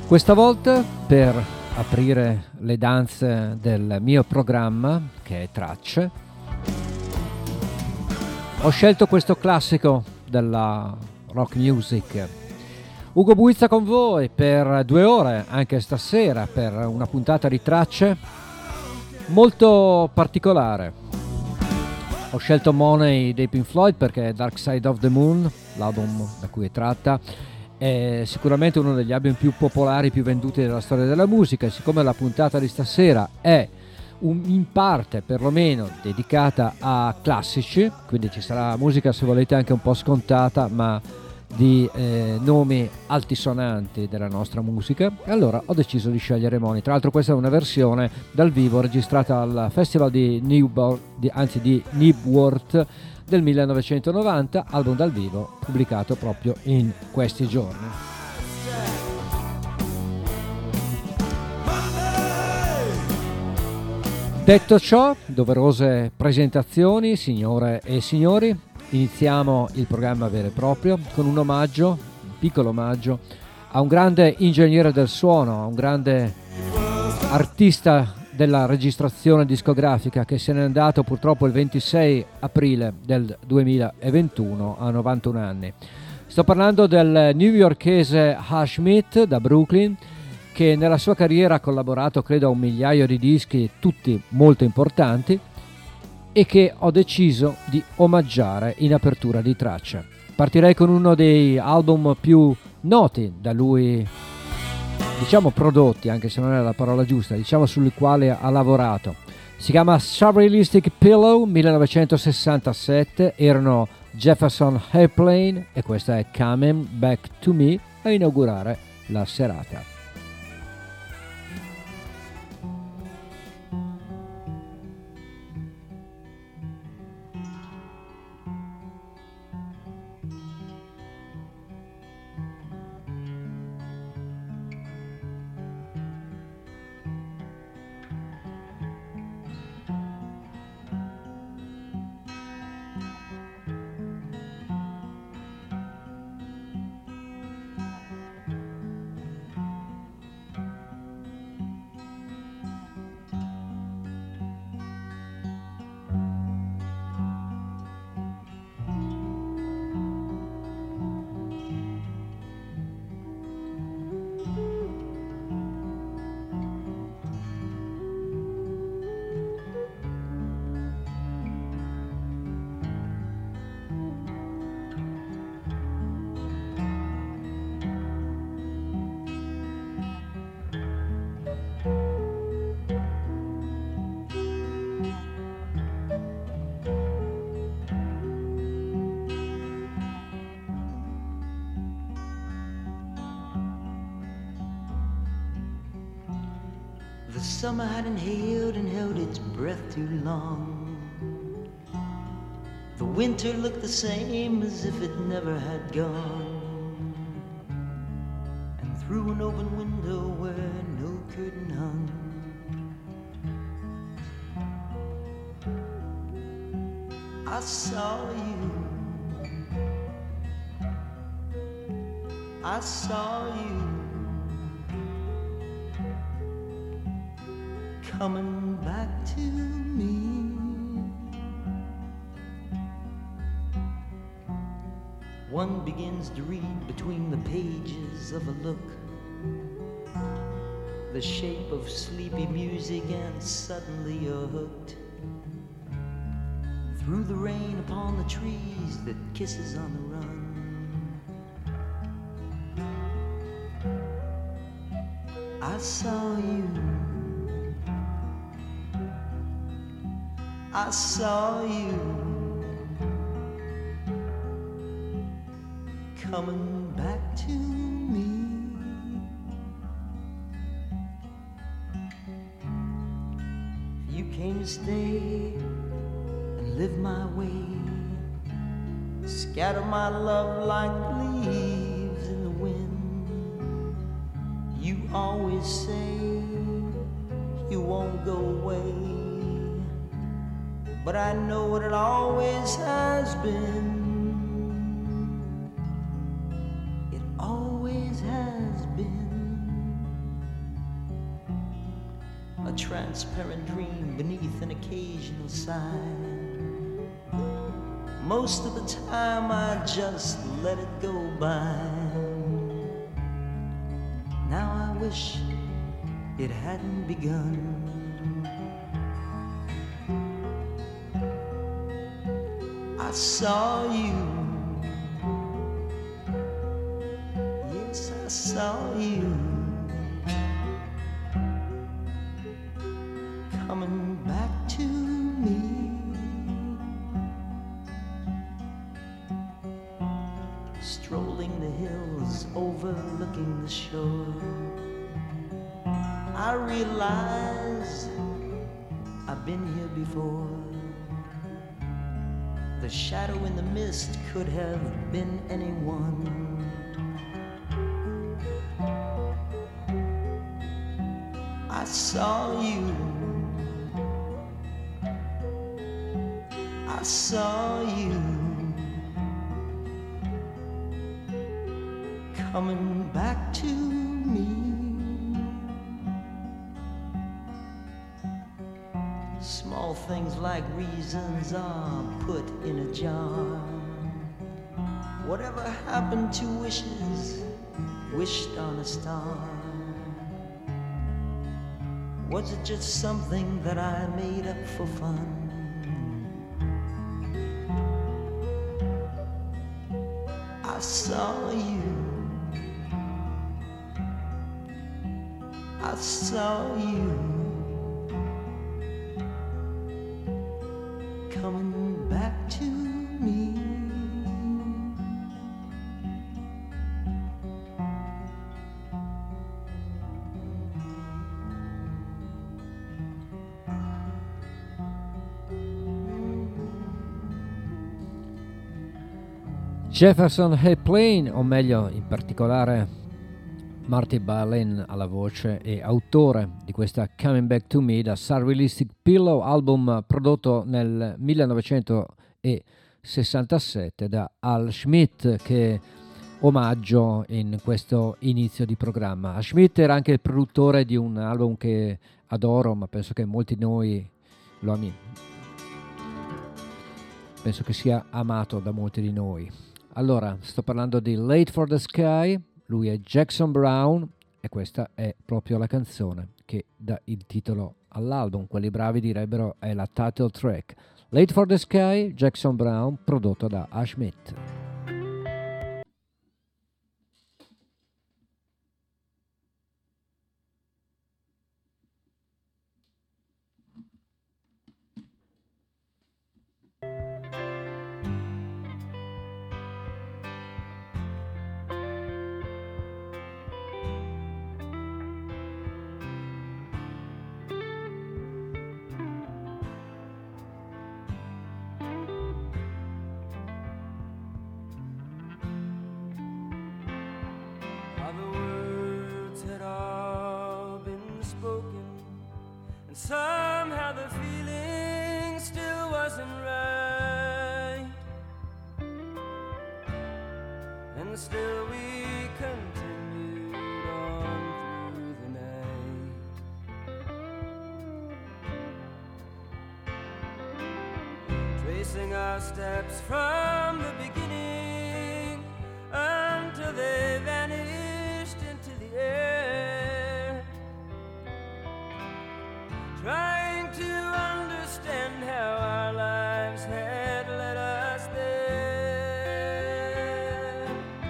Questa volta, per aprire le danze del mio programma, che è Tracce, ho scelto questo classico della rock music. Ugo Buizza con voi per 2 ore, anche stasera, per una puntata di Tracce molto particolare. Ho scelto Money dei Pink Floyd perché Dark Side of the Moon, l'album da cui è tratta, è sicuramente uno degli album più popolari, più venduti della storia della musica. E siccome la puntata di stasera è in parte perlomeno dedicata a classici, quindi ci sarà musica, se volete, anche un po' scontata, ma di nomi altisonanti della nostra musica, e allora ho deciso di scegliere Money. Tra l'altro questa è una versione dal vivo registrata al Festival di Newport del 1990, album dal vivo pubblicato proprio in questi giorni. Detto ciò, doverose presentazioni, signore e signori, iniziamo il programma vero e proprio con un omaggio, un piccolo omaggio, a un grande ingegnere del suono, a un grande artista della registrazione discografica che se n'è andato purtroppo il 26 aprile del 2021 a 91 anni. Sto parlando del newyorkese Hal Schmidt da Brooklyn, che nella sua carriera ha collaborato credo a 1 migliaio di dischi, tutti molto importanti, e che ho deciso di omaggiare in apertura di Tracce. Partirei con uno dei album più noti da lui, diciamo prodotti, anche se non è la parola giusta, diciamo sul quale ha lavorato. Si chiama Surrealistic Pillow, 1967, erano Jefferson Airplane e questa è Coming Back to Me a inaugurare la serata. Summer had inhaled and held its breath too long. The winter looked the same as if it never had gone. And through an open window where no curtain hung, I saw you. I saw you coming back to me. One begins to read between the pages of a look, the shape of sleepy music, and suddenly you're hooked. Through the rain upon the trees that kisses on the run, I saw you. I saw you coming back to me. You came to stay and live my way, scatter my love like leaves in the wind. You always say you won't go away, but I know what it always has been. It always has been. transparent dream beneath an occasional sign. Most of the time I just let it go by. Now I wish it hadn't begun. I saw you, yes, I saw you coming back to me, strolling the hills overlooking the shore. I realize I've been here before. The shadow in the mist could have been anyone. I saw you, I saw you coming back to me. Small things like reasons are put in a jar. Whatever happened to wishes wished on a star? Was it just something that I made up for fun? I saw you, I saw you coming back to me. Jefferson Airplane, o meglio in particolare Marty Balin alla voce e autore di questa Coming Back to Me da Surrealistic Pillow, album prodotto nel 1967 da Al Schmitt, che omaggio in questo inizio di programma. Al Schmitt era anche il produttore di un album che adoro, ma penso che molti di noi lo ami. Penso che sia amato da molti di noi. Allora, sto parlando di Late for the Sky, lui è Jackson Browne e questa è proprio la canzone che dà il titolo all'album. Quelli bravi direbbero è la title track. Late for the Sky, Jackson Browne, prodotto da Al Schmitt. Somehow the feeling still wasn't right, and still we continued on through the night, tracing our steps from the beginning until they vanished into the air, trying to understand how our lives had led us there.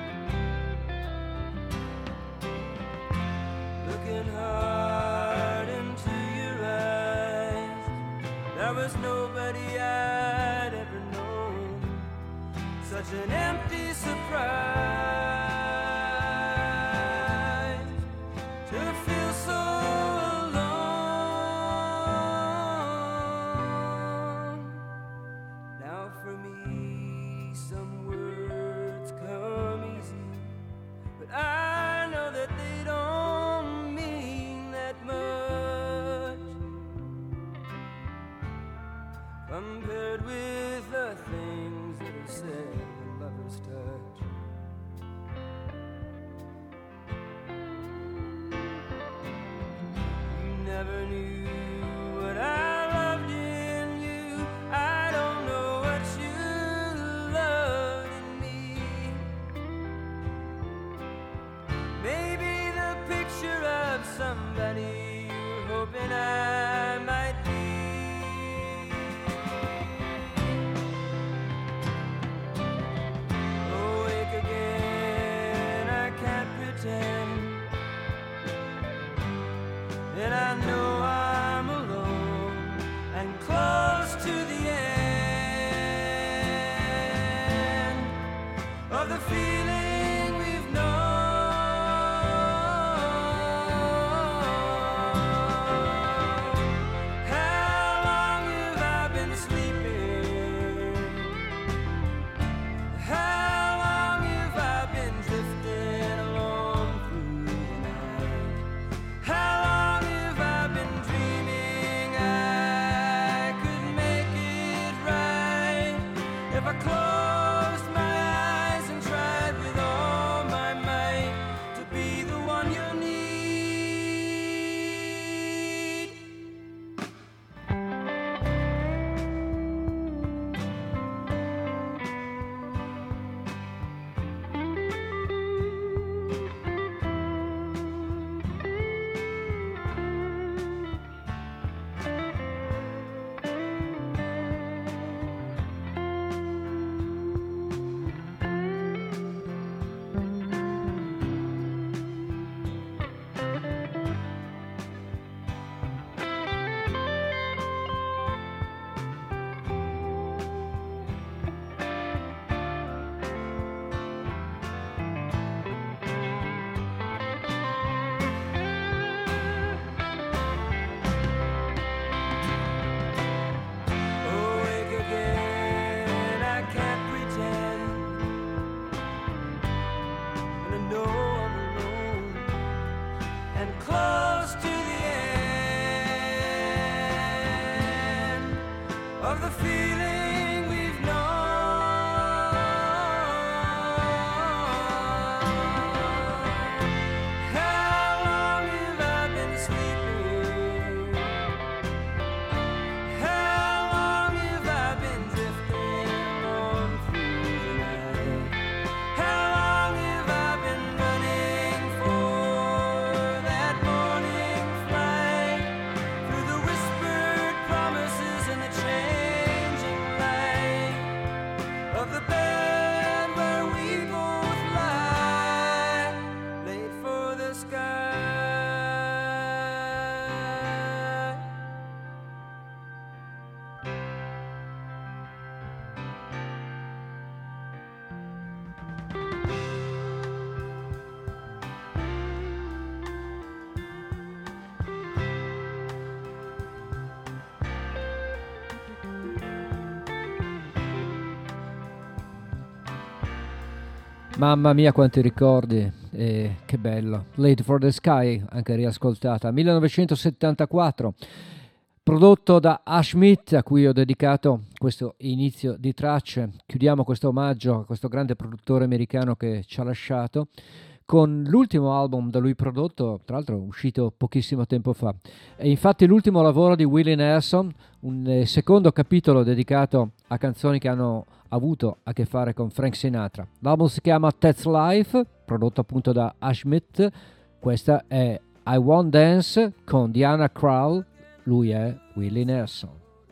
Looking hard into your eyes, there was nobody I'd ever known, such an empty surprise. Compared with the things that are said in lover's touch, somebody you're hoping I might be. Awake again, I can't pretend that I know I'm alone and close to the end of the feeling we've known. How long have I been sleeping? How long have I been drifting along through the night? How long have I been dreaming I could make it right if I closed my eyes and tried with all my might to be the one you need? Awake again, I can't pretend, and I know I'm alone and close to the end of the feeling we've known. How long have I been sleeping? How long have I been drifting along through the night? How long have I been running for that morning flight through the whispered promises and the changing light of the bed where we both lie, late for the sky? Mamma mia quanti ricordi, che bello. Late for the Sky, anche riascoltata, 1974, prodotto da Ash Smith, a cui ho dedicato questo inizio di tracce. Chiudiamo questo omaggio a questo grande produttore americano che ci ha lasciato con l'ultimo album da lui prodotto, tra l'altro uscito pochissimo tempo fa. È infatti l'ultimo lavoro di Willie Nelson, un secondo capitolo dedicato a canzoni che hanno avuto a che fare con Frank Sinatra. L'album si chiama That's Life, prodotto appunto da Ash Smith. Questa è I Won't Dance con Diana Krall, lui è Willie Nelson.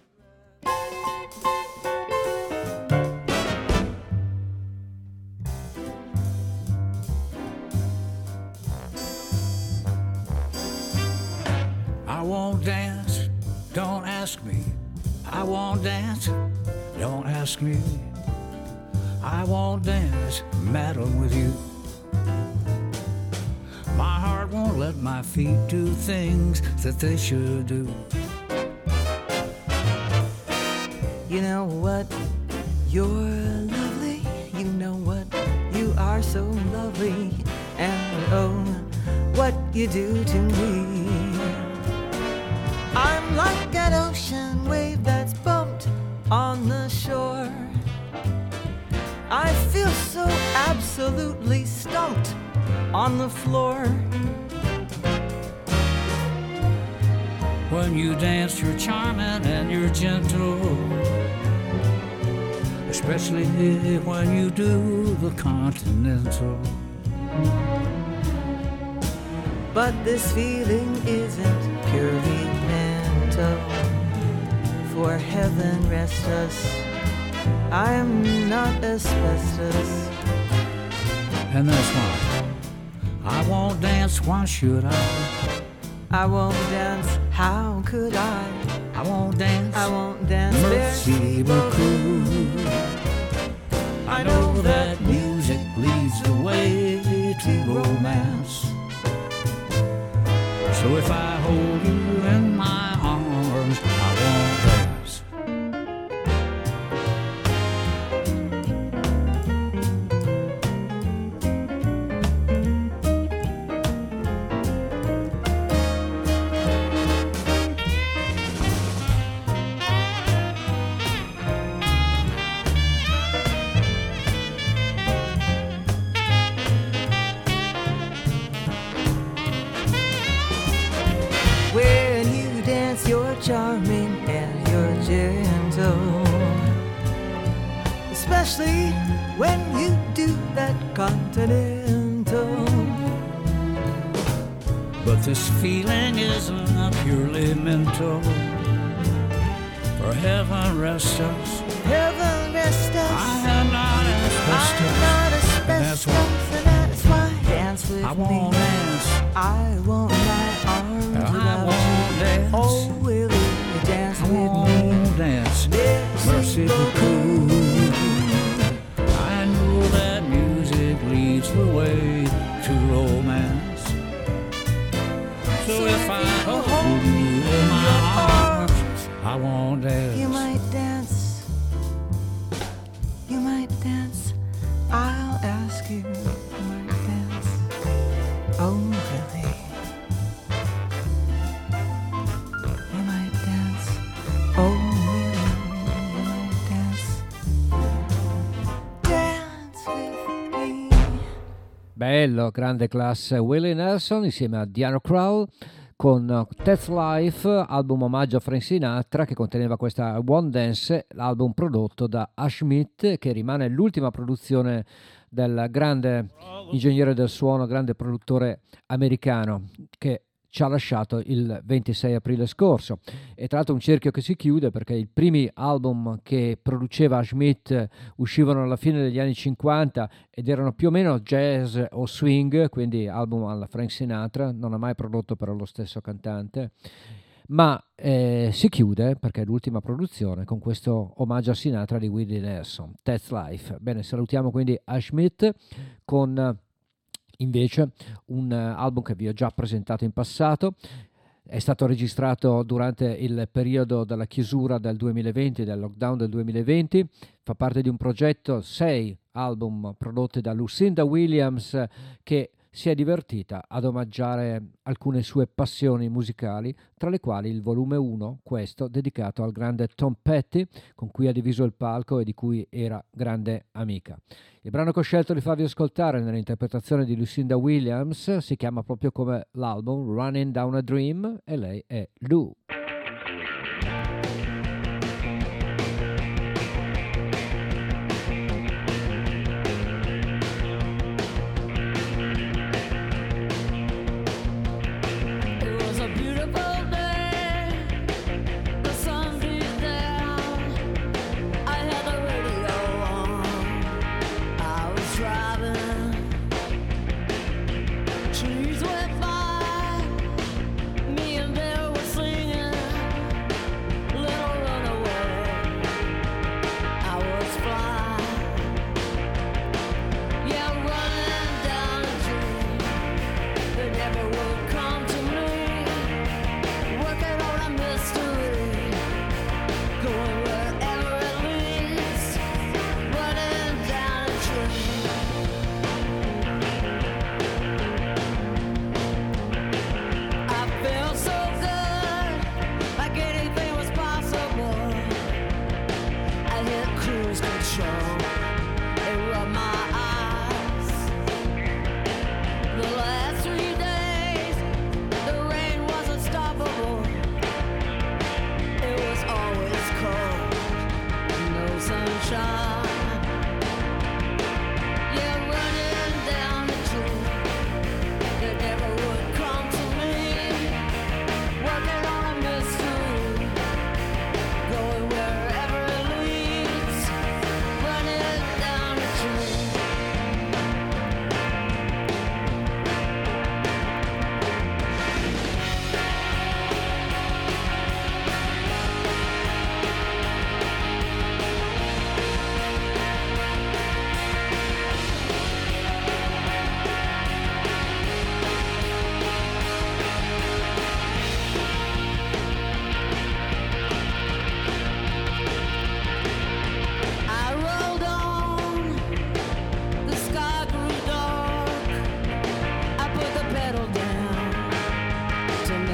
I won't dance, don't ask me. I won't dance, don't ask me. I won't dance, madam, with you. My heart won't let my feet do things that they should do. You know what? You're lovely. You know what? You are so lovely. And oh, what you do to me. I'm like an ocean wave that's bumped on the shore. I feel so absolutely stumped on the floor. When you dance, you're charming and you're gentle, especially when you do the continental. But this feeling isn't purely mental. For heaven rest us, I am not asbestos. And that's why I won't dance, why should I? I won't dance, how could I? I won't dance, I won't dance, merci beaucoup. I know that music leads the way to romance. So if I hold you in my arms, I won't dance. Charming and you're gentle, especially when you do that continental. But this feeling isn't purely mental. For heaven rest us, heaven rest us. I am not asbestos. I'm not asbestos, and that's why dance with me. I won't dance. I won't lie arms I without won't you. dance. Oh, will you dance I with me? won't dance. Merci beaucoup. I know that music leads the way to romance. So if I hold you in my arms, I won't dance. You might dance. You might dance. I'll ask you. You might dance. Oh, really? You might dance. Oh, really? You might dance. Dance with me. Bello, grande classe Willie Nelson insieme a Diana Krall con That's Life, album omaggio a Frank Sinatra che conteneva questa One Dance, l'album prodotto da Ash Smith, che rimane l'ultima produzione del grande ingegnere del suono, grande produttore americano che ci ha lasciato il 26 aprile scorso. E tra l'altro un cerchio che si chiude, perché i primi album che produceva Ash Smith uscivano alla fine degli anni 50 ed erano più o meno jazz o swing, quindi album alla Frank Sinatra, non ha mai prodotto però lo stesso cantante, ma si chiude, perché è l'ultima produzione, con questo omaggio a Sinatra di Willie Nelson, That's Life. Bene, salutiamo quindi Ash Smith con invece un album che vi ho già presentato in passato. È stato registrato durante il periodo della chiusura del 2020, del lockdown del 2020, fa parte di un progetto 6 album prodotti da Lucinda Williams, che si è divertita ad omaggiare alcune sue passioni musicali, tra le quali il volume 1, questo dedicato al grande Tom Petty, con cui ha diviso il palco e di cui era grande amica. Il brano che ho scelto di farvi ascoltare nell'interpretazione di Lucinda Williams si chiama proprio come l'album, Running Down a Dream, e lei è Lou. Trees went by me and they were singing.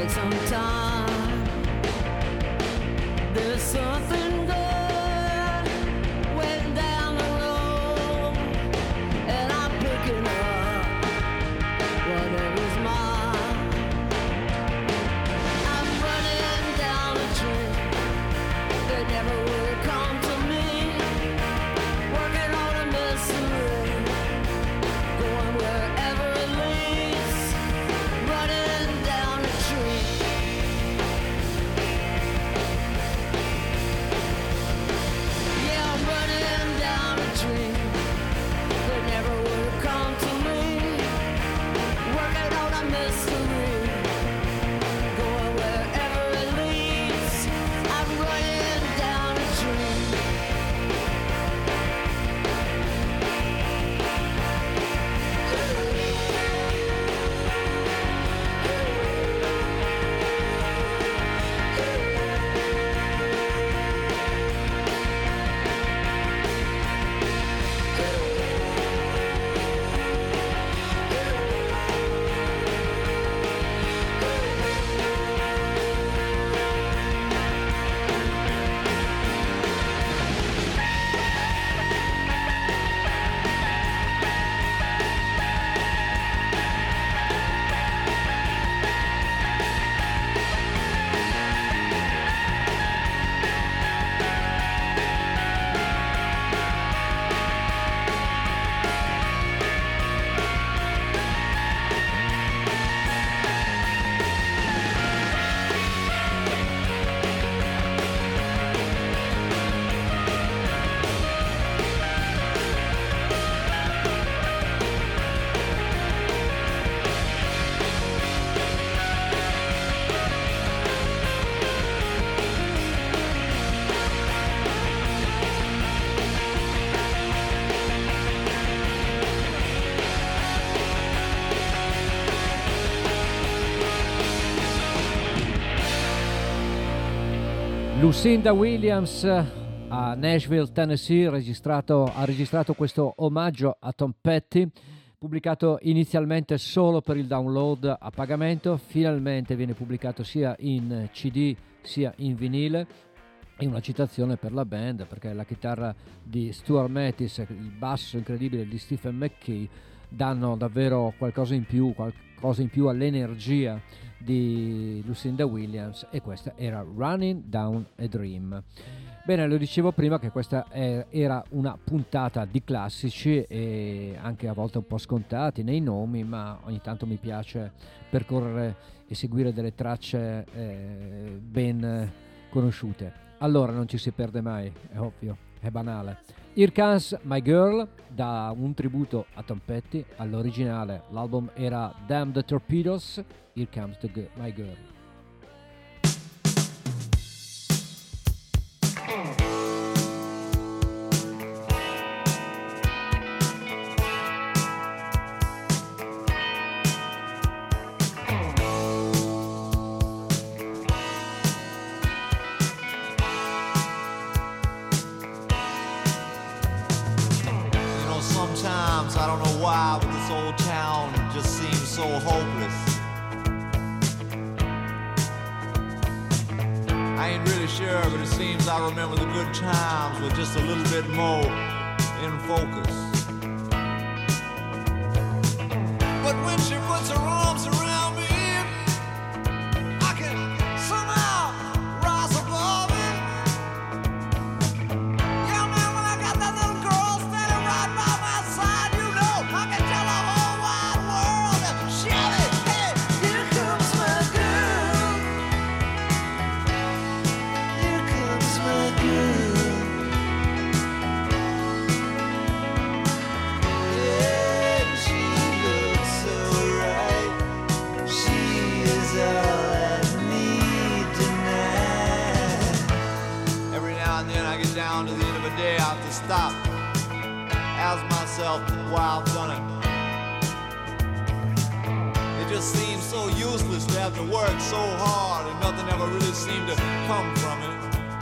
quite some time. There's something good waiting down the road, and I'm picking up whatever's mine. I'm running down a train that never will come to me, working on a mystery, going wherever it leads, running down a tree. Yeah, I'm running down a tree that never will come to me, working on a mystery, going wherever it leads. I'm running down a tree. Lucinda Williams a Nashville, Tennessee, ha registrato questo omaggio a Tom Petty, pubblicato inizialmente solo per il download a pagamento, finalmente viene pubblicato sia in CD sia in vinile. E una citazione per la band, perché la chitarra di Stuart Mattis e il basso incredibile di Stephen McKay danno davvero qualcosa in più all'energia di Lucinda Williams, e questa era Running Down a Dream. Bene, lo dicevo prima che questa era una puntata di classici, e anche a volte un po' scontati nei nomi, ma ogni tanto mi piace percorrere e seguire delle tracce ben conosciute. Allora non ci si perde mai, è ovvio, è banale. Here Comes My Girl, da un tributo a Tom Petty. All'originale l'album era Damn the Torpedoes. Here Comes My Girl. Sometimes I don't know why, but this old town just seems so hopeless. I ain't really sure, but it seems I remember the good times with just a little bit more in focus. But when she puts her arms around me, I can somehow rise above it. Yeah, man, when I got that little girl standing right by my side, you know I can tell the whole wide world that shout it, hey, here comes my girl. Here comes my girl. Yeah, she looks so right. She is all I need tonight. Every now and then I get down to the end of a day, I have to stop, ask myself why I've done it. It just seems so useless to have to work so hard and nothing ever really seemed to come from it.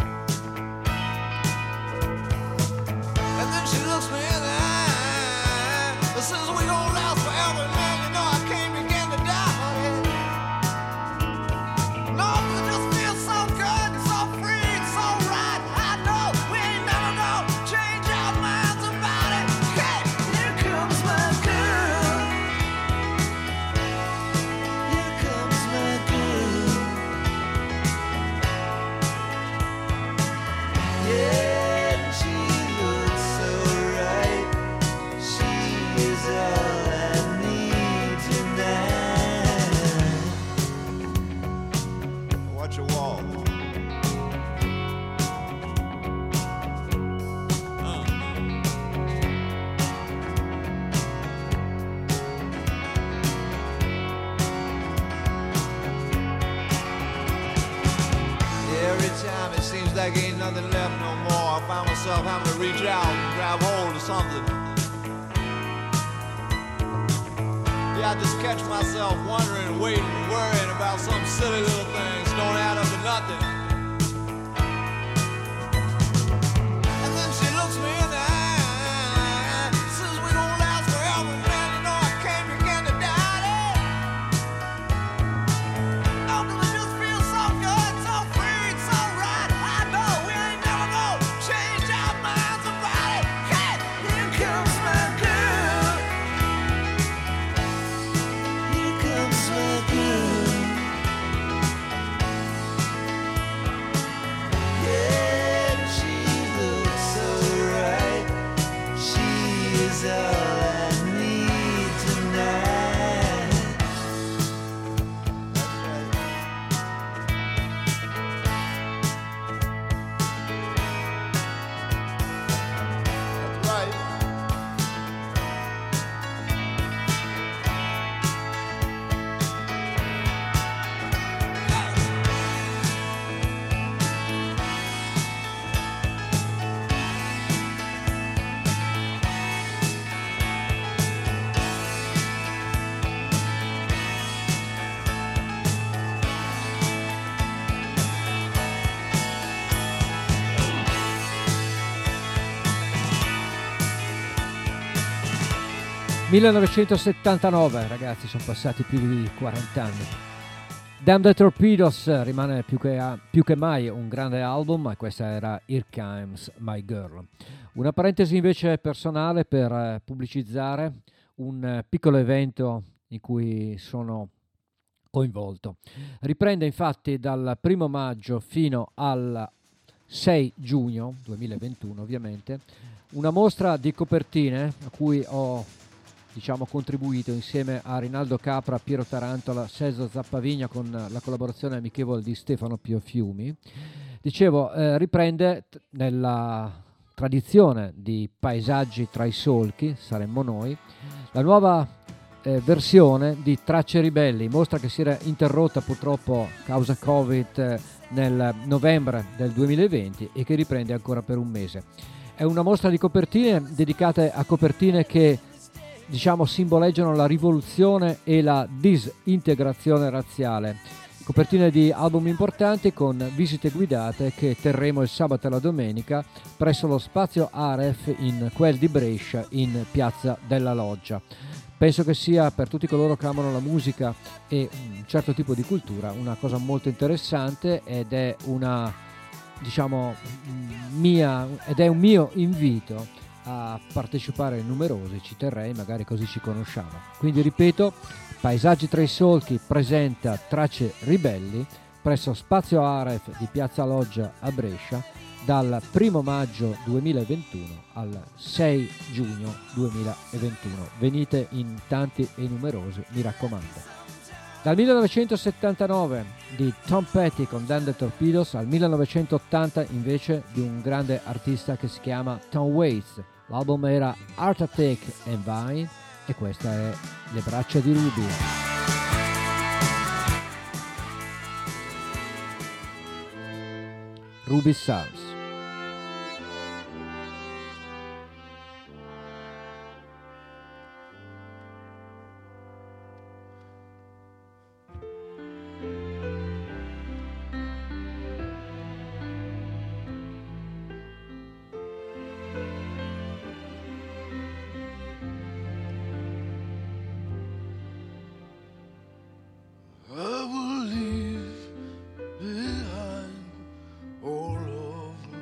And then she looks me in the eye and says we don't last forever, man. You know I can't begin to die, honey. it seems like ain't nothing left no more. I find myself having to reach out and grab hold of something. Yeah, I just catch myself wondering, waiting, worrying about some silly little things don't add up to nothing. And then she looks me in the eye, says we don't last forever, man. You know I came again to die. Oh, 'cause it just feels so good, so free, so right. I know we ain't never gonna change our minds about it. Hey, here comes my girl. Here comes my girl. Yeah, she looks so right. She is all I need tonight. That's right. ...1979, ragazzi, sono passati più di 40 anni. Damn the Torpedoes rimane più che mai un grande album, e questa era Here Comes My Girl. Una parentesi invece personale per pubblicizzare un piccolo evento in cui sono coinvolto. Riprende infatti dal 1 maggio fino al 6 giugno 2021, ovviamente, una mostra di copertine a cui ho contribuito insieme a Rinaldo Capra, Piero Tarantola, Cesare Zappavigna, con la collaborazione amichevole di Stefano Piofiumi. Dicevo, riprende nella tradizione di Paesaggi tra i solchi, saremmo noi, la nuova versione di Tracce Ribelli, mostra che si era interrotta purtroppo causa Covid nel novembre del 2020 e che riprende ancora per un mese. È una mostra di copertine dedicate a copertine che simboleggiano la rivoluzione e la disintegrazione razziale. Copertine di album importanti con visite guidate che terremo il sabato e la domenica presso lo spazio Aref in quel di Brescia in Piazza della Loggia. Penso che sia, per tutti coloro che amano la musica e un certo tipo di cultura, una cosa molto interessante, ed è un mio invito a partecipare numerosi. Ci terrei, magari così ci conosciamo. Quindi ripeto, Paesaggi tra i solchi presenta Tracce Ribelli presso Spazio Aref di Piazza Loggia a Brescia dal 1 maggio 2021 al 6 giugno 2021. Venite in tanti e numerosi, mi raccomando. Dal 1979 di Tom Petty con Damn the Torpedoes al 1980 invece di un grande artista che si chiama Tom Waits. L'album era Heart Attack and Vine e questa è Le braccia di Ruby. Ruby Psalms. I will leave behind all of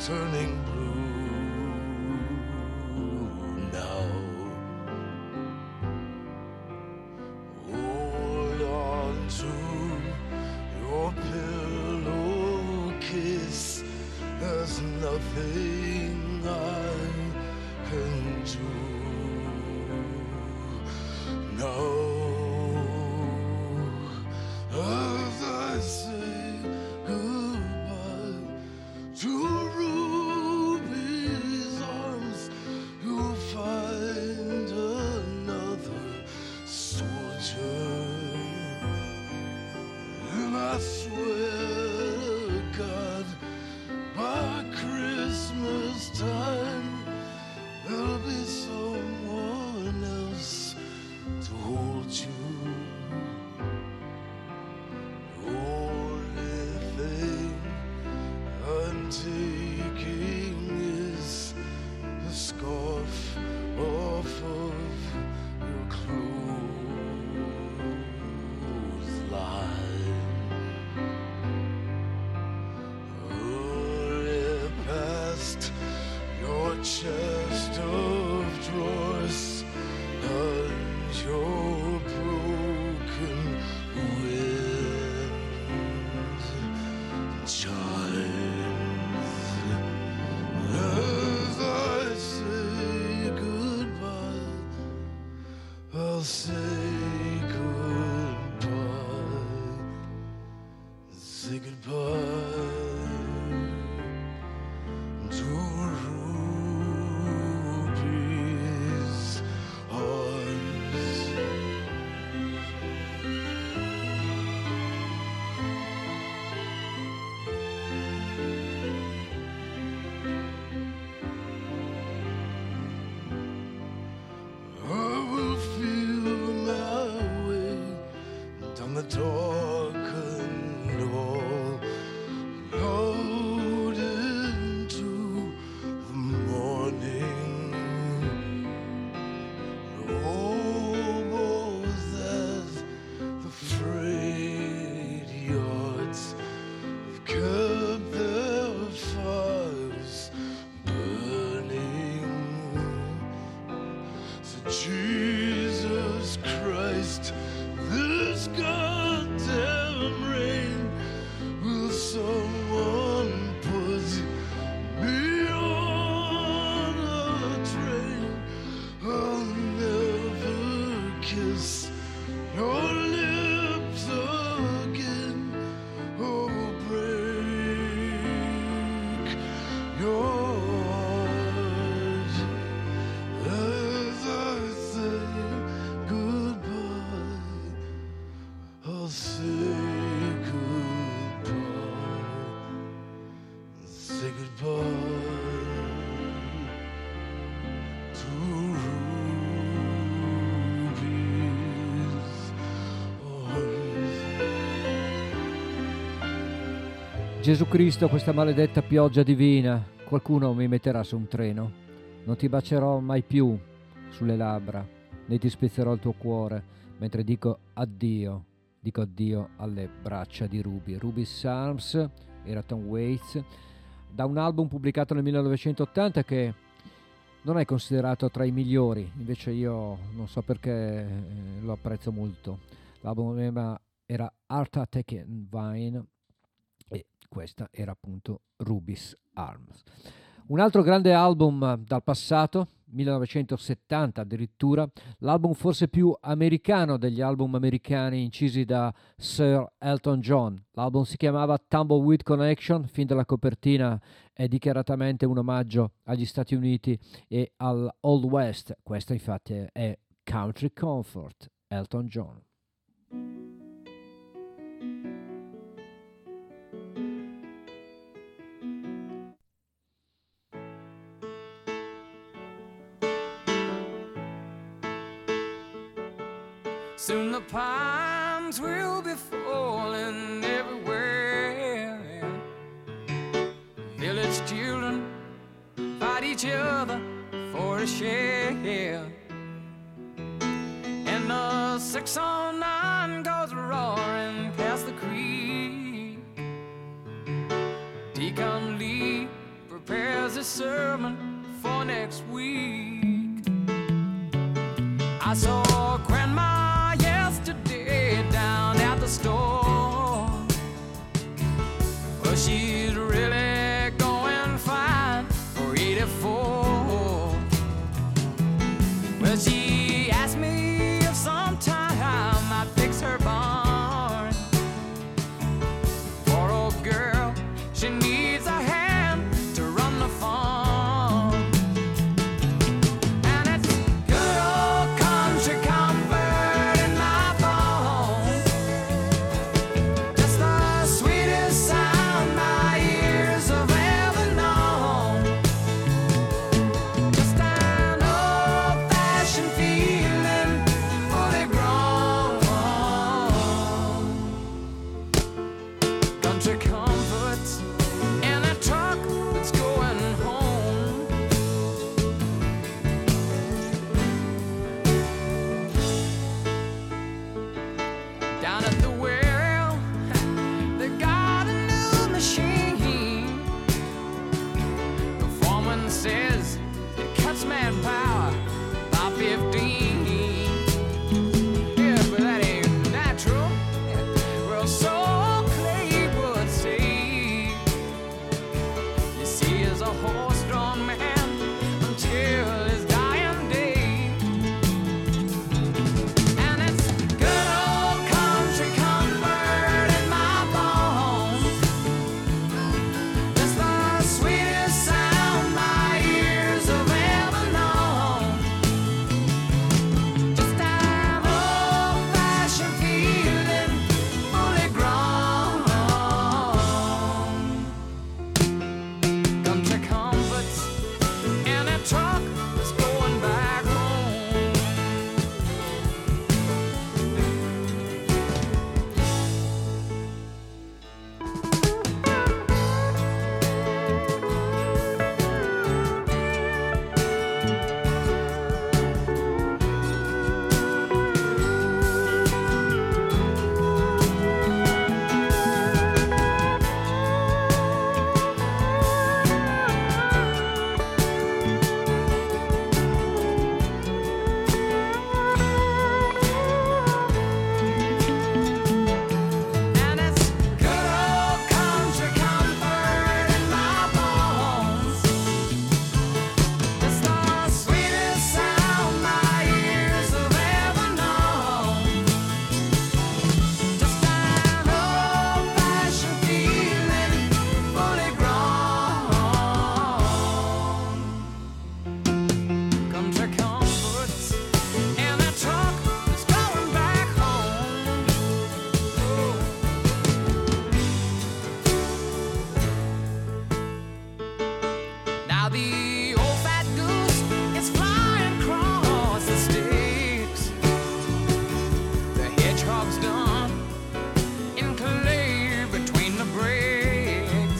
turning blue now. Hold on to your pillowcase. There's nothing I can do now. As I say goodbye to Ruby's arms, you'll find another soldier. And I swear to God, by Christmas time, there'll be someone else to hold you. The only thing I'm taking is the scarf off of your clothesline. Hurry past your chest of drawers and your broken wind chimes. As I say goodbye, I'll say goodbye. Say goodbye to Ruby's arms. I will feel my way down the darkened hall, out into the morning. Almost as the freight yards have kept their fires burning. So Jesus Christ, this goddamn rain, will someone put me on a train? I'll never kiss your lips again or break your heart. As I say goodbye, I'll say goodbye. Say goodbye to Ruby's arms. Gesù Cristo, questa maledetta pioggia divina, qualcuno mi metterà su un treno. Non ti bacerò mai più sulle labbra, né ti spezzerò il tuo cuore, mentre dico addio alle braccia di Ruby. Ruby's Arms era Tom Waits, da un album pubblicato nel 1980 che non è considerato tra i migliori, invece io non so perché lo apprezzo molto. L'album era Art Attack and Vine e questa era appunto Ruby's Arms. Un altro grande album dal passato, 1970 addirittura, l'album forse più americano degli album americani incisi da Sir Elton John. L'album si chiamava Tumbleweed Connection, fin dalla copertina è dichiaratamente un omaggio agli Stati Uniti e al Old West. Questa infatti è Country Comfort, Elton John. Soon the pines will be falling everywhere. Village children fight each other for a share. And the 609 goes roaring past the creek. Deacon Lee prepared Down at the well, they got a new machine. The foreman says it cuts manpower by 15. Yeah, but that ain't natural. Well, so Clay would say. You see, as a horse-drawn man until his dying day. And it's good old country comfort in my bones. It's the sweetest sound my ears have ever known. Just an old-fashioned feeling, fully grown. Country comforts in a truck that's going back home. And it's good old country comfort in my bones. It's the sweetest sound my ears have ever known. Just an old-fashioned feeling, fully grown. Country comforts in a truck that's going back home. Now the old fat goose is flying across the sticks. The hedgehog's done in clay between the bricks.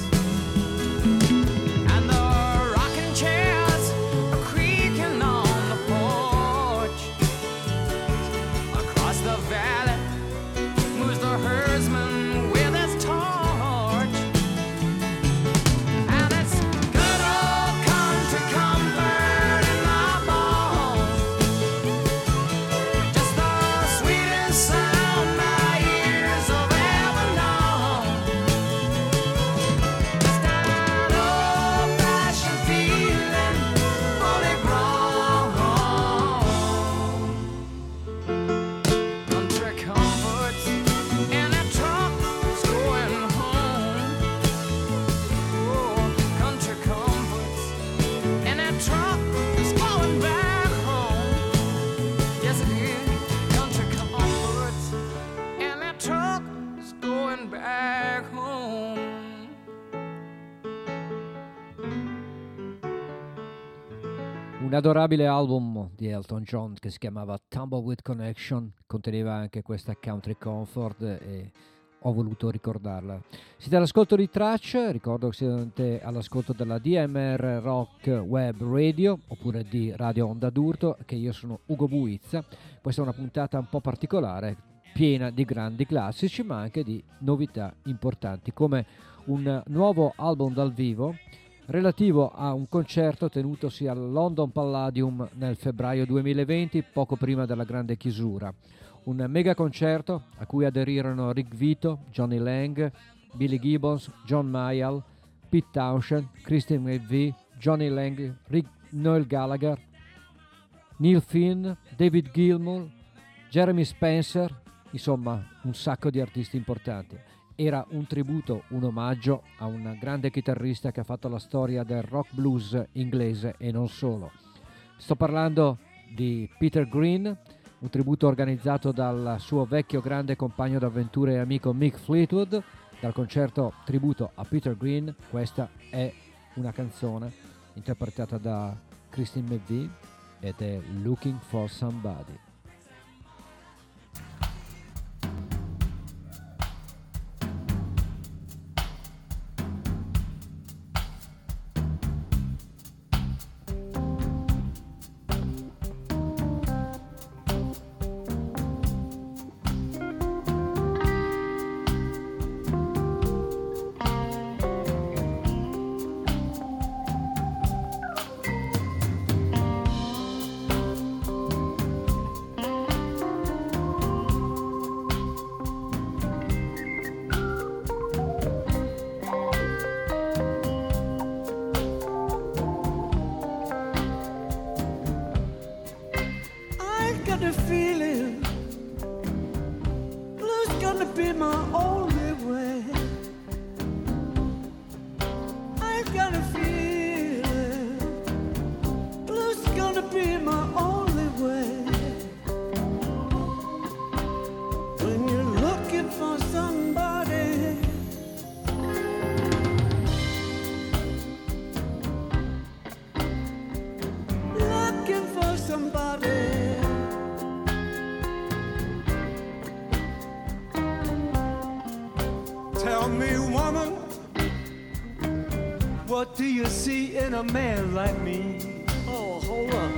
And the rocking chairs are creaking on the porch. Across the valley moves the herdsman with his torch. And it's good old country comfort in my bones. Just the sweetest sound my ears have ever known. Just an old-fashioned feeling, fully grown. Country comforts in a truck that's going home. Oh, country comforts in a truck that's going back home. Yes, it is. Country comforts in a truck that's going back home. Un adorabile album di Elton John che si chiamava Tumbleweed Connection, conteneva anche questa country comfort e ho voluto ricordarla. Siete all'ascolto di Tracce, ricordo che siete all'ascolto della DMR Rock Web Radio oppure di Radio Onda d'Urto, che io sono Ugo Buizza. Questa è una puntata un po' particolare, piena di grandi classici ma anche di novità importanti, come un nuovo album dal vivo relativo a un concerto tenutosi al London Palladium nel febbraio 2020, poco prima della grande chiusura. Un mega concerto a cui aderirono Rick Vito, Johnny Lang, Billy Gibbons, John Mayall, Pete Townshend, Christine McVie, Johnny Lang, Noel Gallagher, Neil Finn, David Gilmour, Jeremy Spencer, insomma un sacco di artisti importanti. Era un tributo, un omaggio a un grande chitarrista che ha fatto la storia del rock blues inglese e non solo. Sto parlando di Peter Green, un tributo organizzato dal suo vecchio grande compagno d'avventure e amico Mick Fleetwood. Dal concerto tributo a Peter Green, questa è una canzone interpretata da Christine McVie ed è Looking for Somebody. gonna be my only way. I got a feeling blues gonna be my only way. When you're looking for somebody, looking for somebody. Tell me, woman, what do you see in a man like me? Oh, hold up.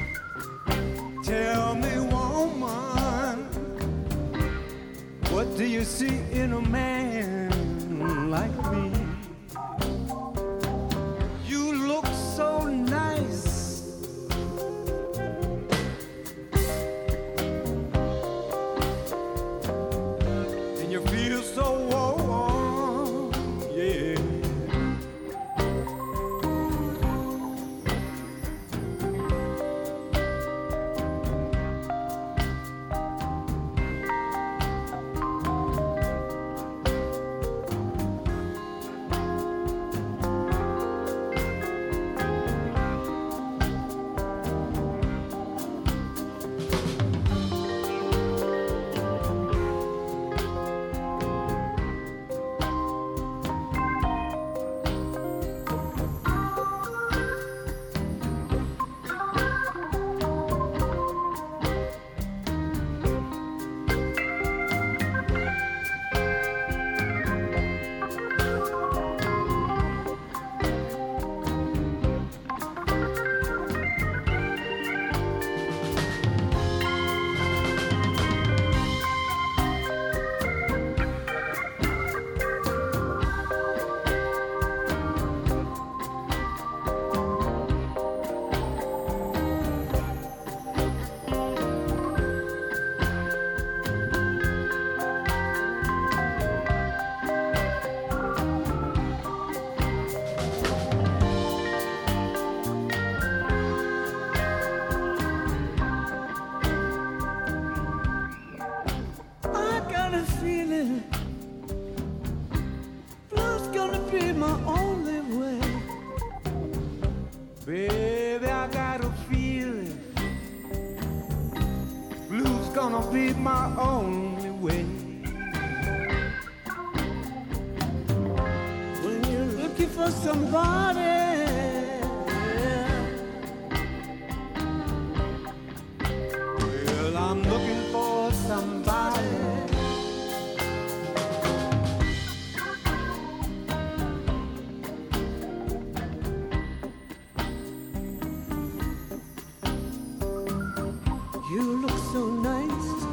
Tell me, woman, what do you see in a man like me? You look so nice, and you feel so warm, yeah. I got a feeling blues gonna be my only way. Baby, I got a feeling blues gonna be my only way. When you're looking for somebody, Well, I'm looking for somebody. you look so nice.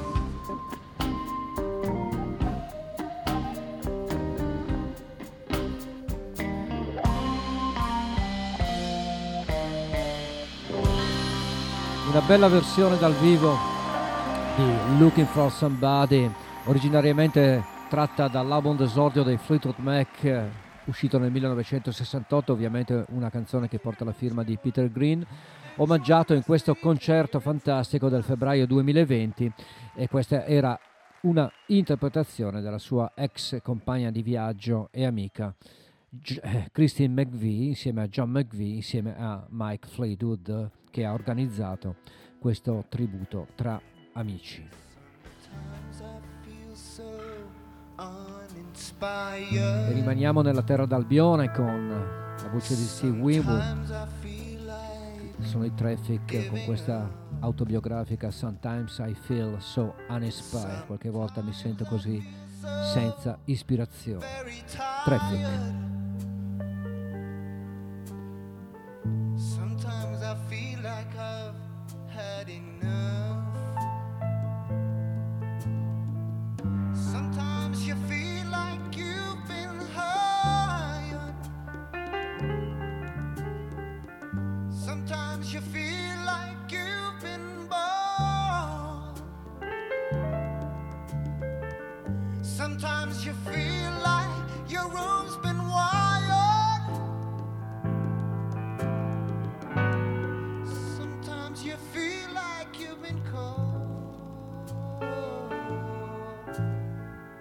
Una bella versione dal vivo di Looking for Somebody, originariamente tratta dall'album d'esordio dei Fleetwood Mac, uscito nel 1968, ovviamente una canzone che porta la firma di Peter Green, omaggiato in questo concerto fantastico del febbraio 2020, e questa era una interpretazione della sua ex compagna di viaggio e amica Christine McVie, insieme a John McVie, insieme a Mike Fleetwood, che ha organizzato questo tributo tra amici. E rimaniamo nella terra d'Albione con la voce di Steve Winwood. Sono i Traffic con questa autobiografica Sometimes I Feel So Uninspired, qualche volta mi sento così senza ispirazione. Traffic. Sometimes I feel like I've had enough. Sometimes you feel like you've been hired. Sometimes you feel like you've been bought. Sometimes you feel like your room's been wired. Sometimes you feel like you've been caught.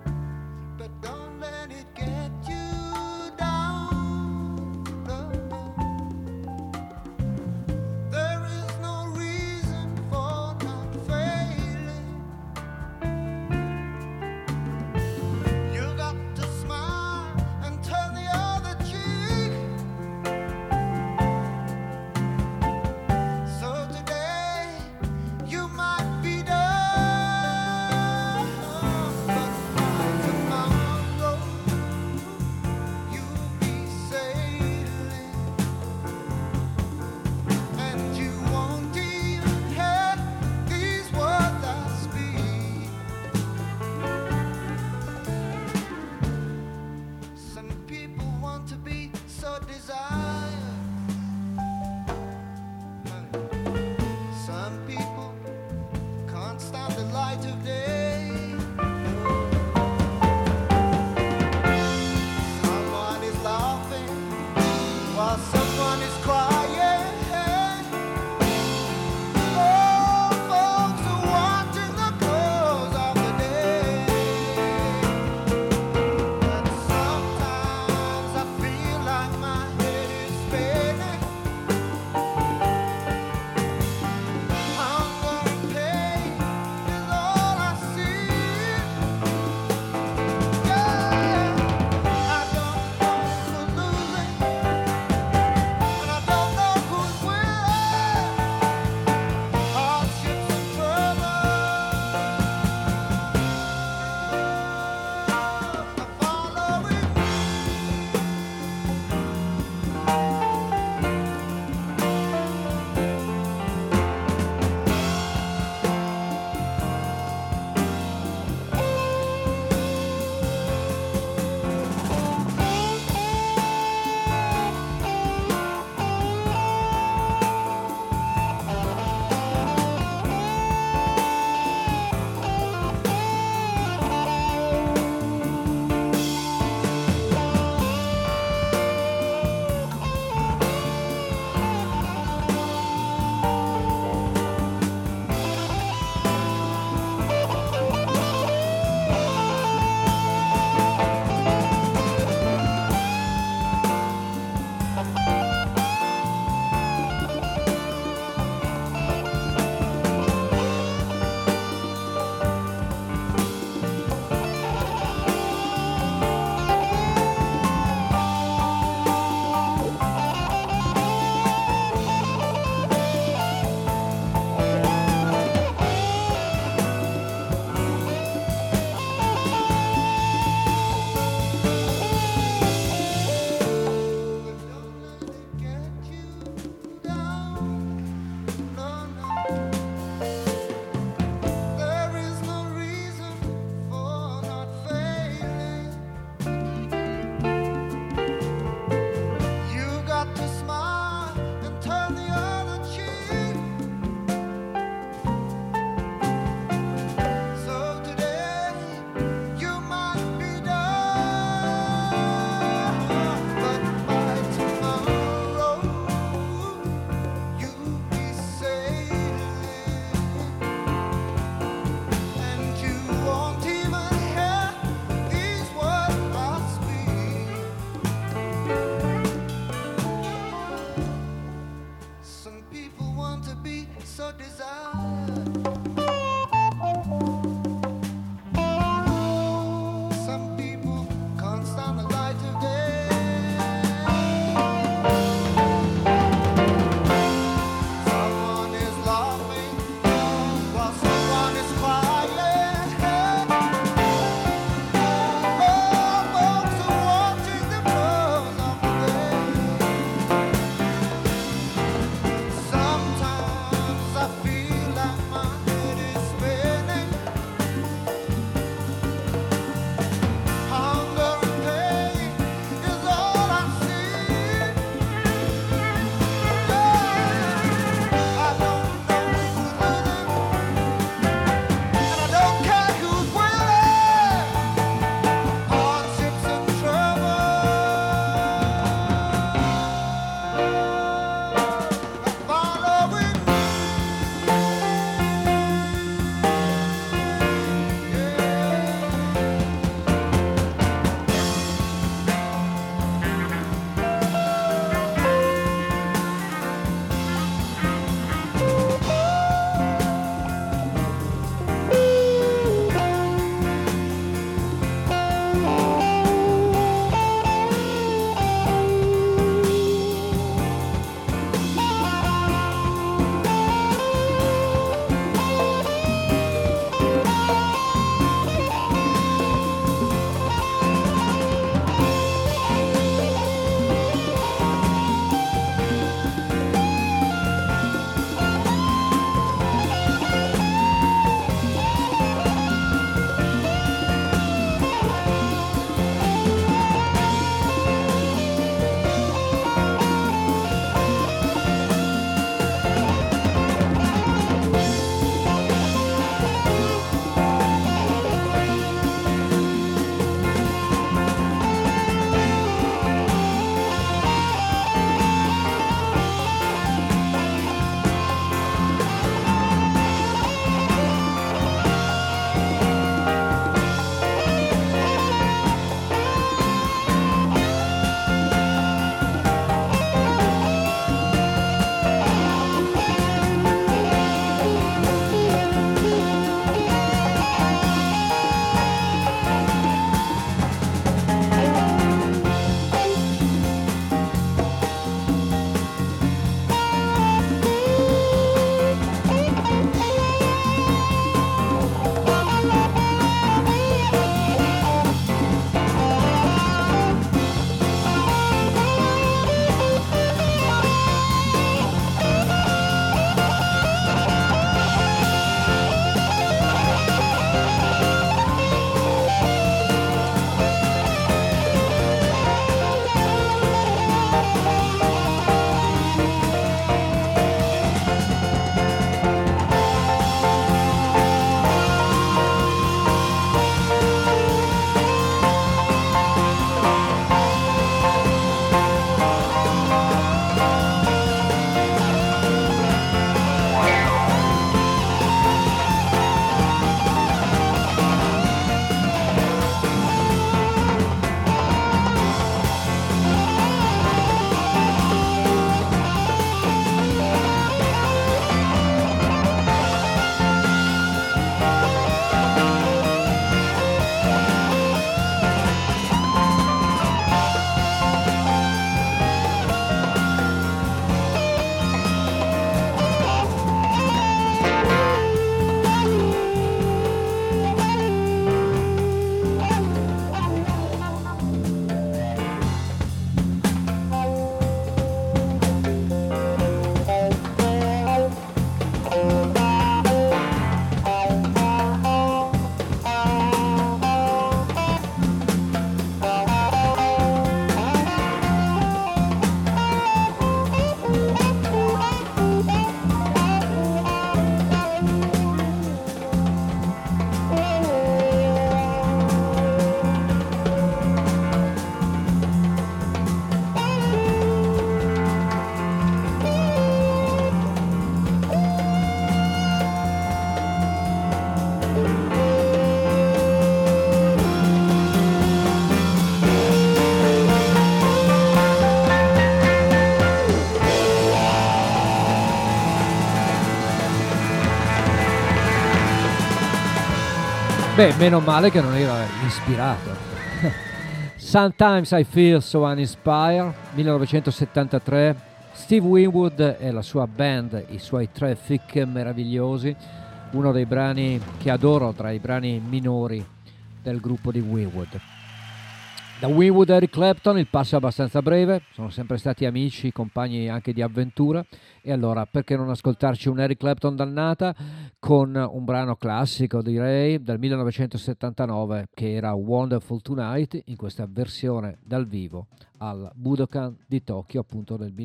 Beh, meno male che non era ispirato. Sometimes I Feel So Uninspired, 1973, Steve Winwood e la sua band, i suoi 3 fic meravigliosi, uno dei brani che adoro tra i brani minori del gruppo di Winwood. Da Winwood a Eric Clapton il passo è abbastanza breve, sono sempre stati amici, compagni anche di avventura, e allora perché non ascoltarci un Eric Clapton dannata con un brano classico direi del 1979 che era Wonderful Tonight in questa versione dal vivo al Budokan di Tokyo appunto del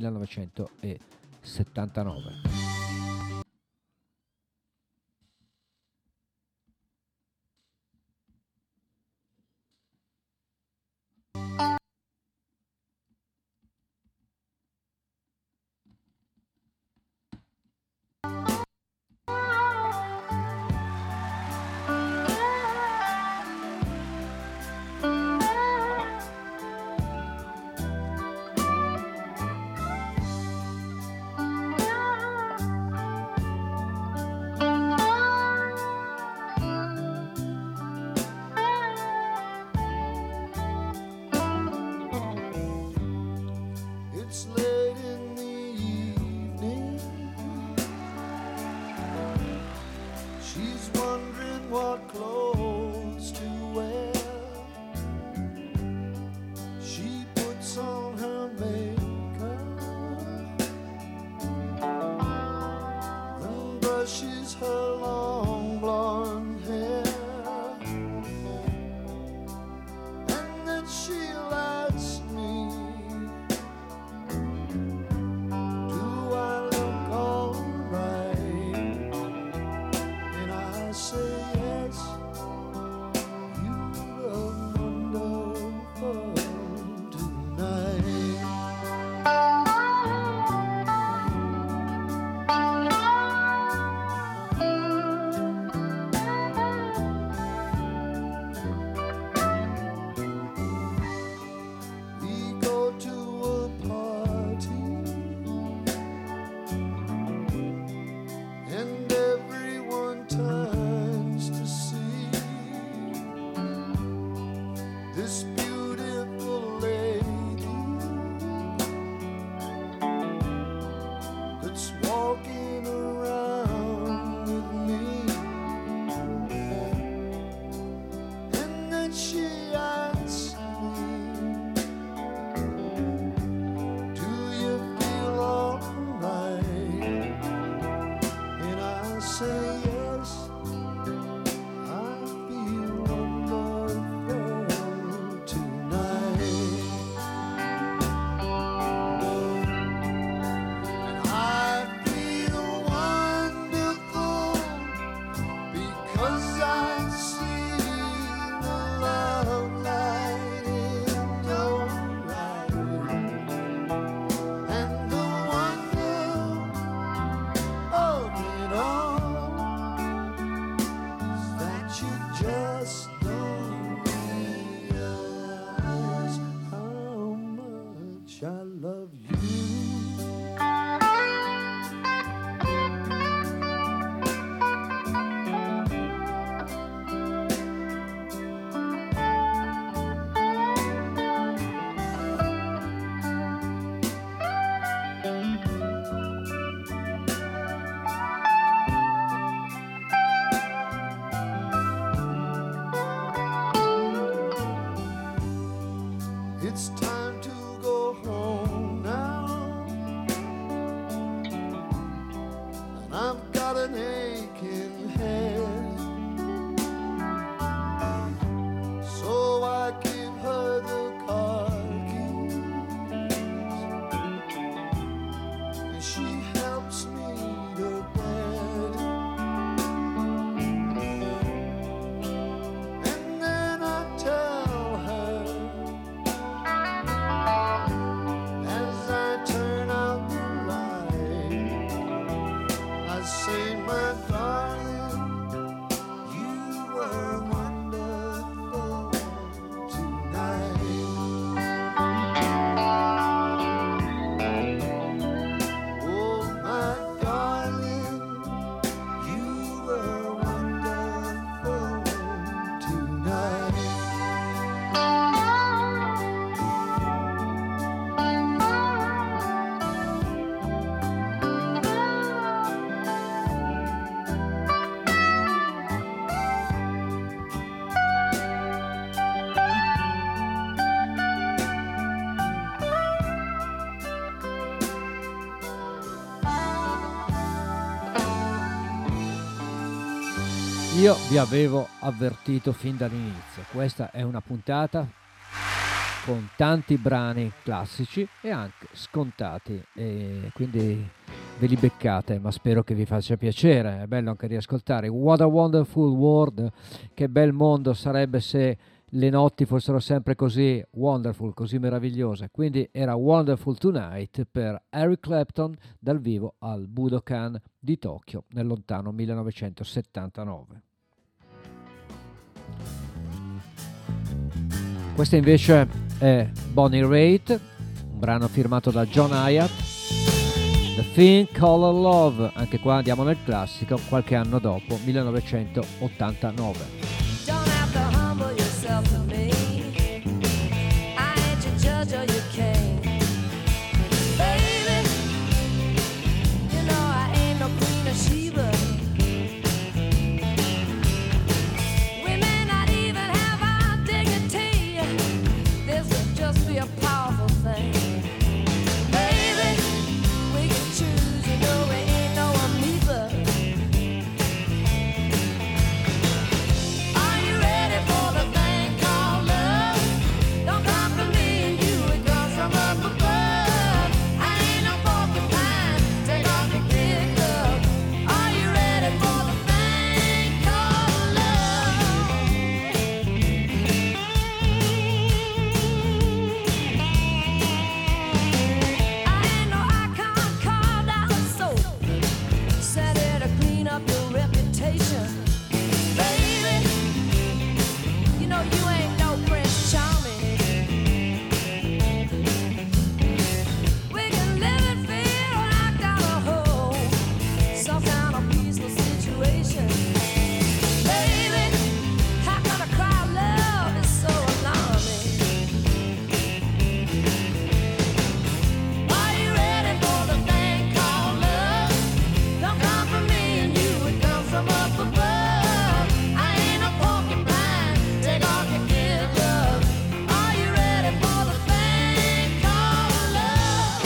1979. It's late in the evening. She's wondering what clothes to wear. She puts on her makeup and brushes her long blonde hair. And then she'll ask me, do I look alright? And I say yes, you look wonderful tonight. We go to a party and everyone turns to see this beautiful lady that's walking around with me. And then she asks me, do you feel alright? And I say yes, I feel wonderful Io vi avevo avvertito fin dall'inizio, questa è una puntata con tanti brani classici e anche scontati, e quindi ve li beccate, ma spero che vi faccia piacere. È bello anche riascoltare What a Wonderful World, che bel mondo sarebbe se le notti fossero sempre così wonderful, così meravigliose. Quindi era Wonderful Tonight per Eric Clapton dal vivo al Budokan di Tokyo nel lontano 1979. Questa invece è Bonnie Raitt, un brano firmato da John Hyatt, The Thing Called Love. Anche qua andiamo nel classico, qualche anno dopo, 1989. Don't have to humble yourself to me. I ain't your judge or your king. Baby, you know I ain't no Queen of Sheba. We may not even have our dignity. This would just be a powerful thing. Baby, we can choose, you know we ain't no amoeba. Are you ready for the thing called love? Don't come from me and you, it comes from up above. I ain't no porcupine, take off your kid glove. Are you ready for the thing called love? I ain't no icon carved out of soap, set here to clean up your reputation. Baby, you know you ain't no Prince Charming. We can live in fear or knocked out a hole, some kind of peaceful situation. Baby, how can a cry of love is so alarming? Are you ready for the thing called love? Don't come from me and you, it comes from up above. I ain't no porcupine, take off your kid glove. Are you ready for the thing called love?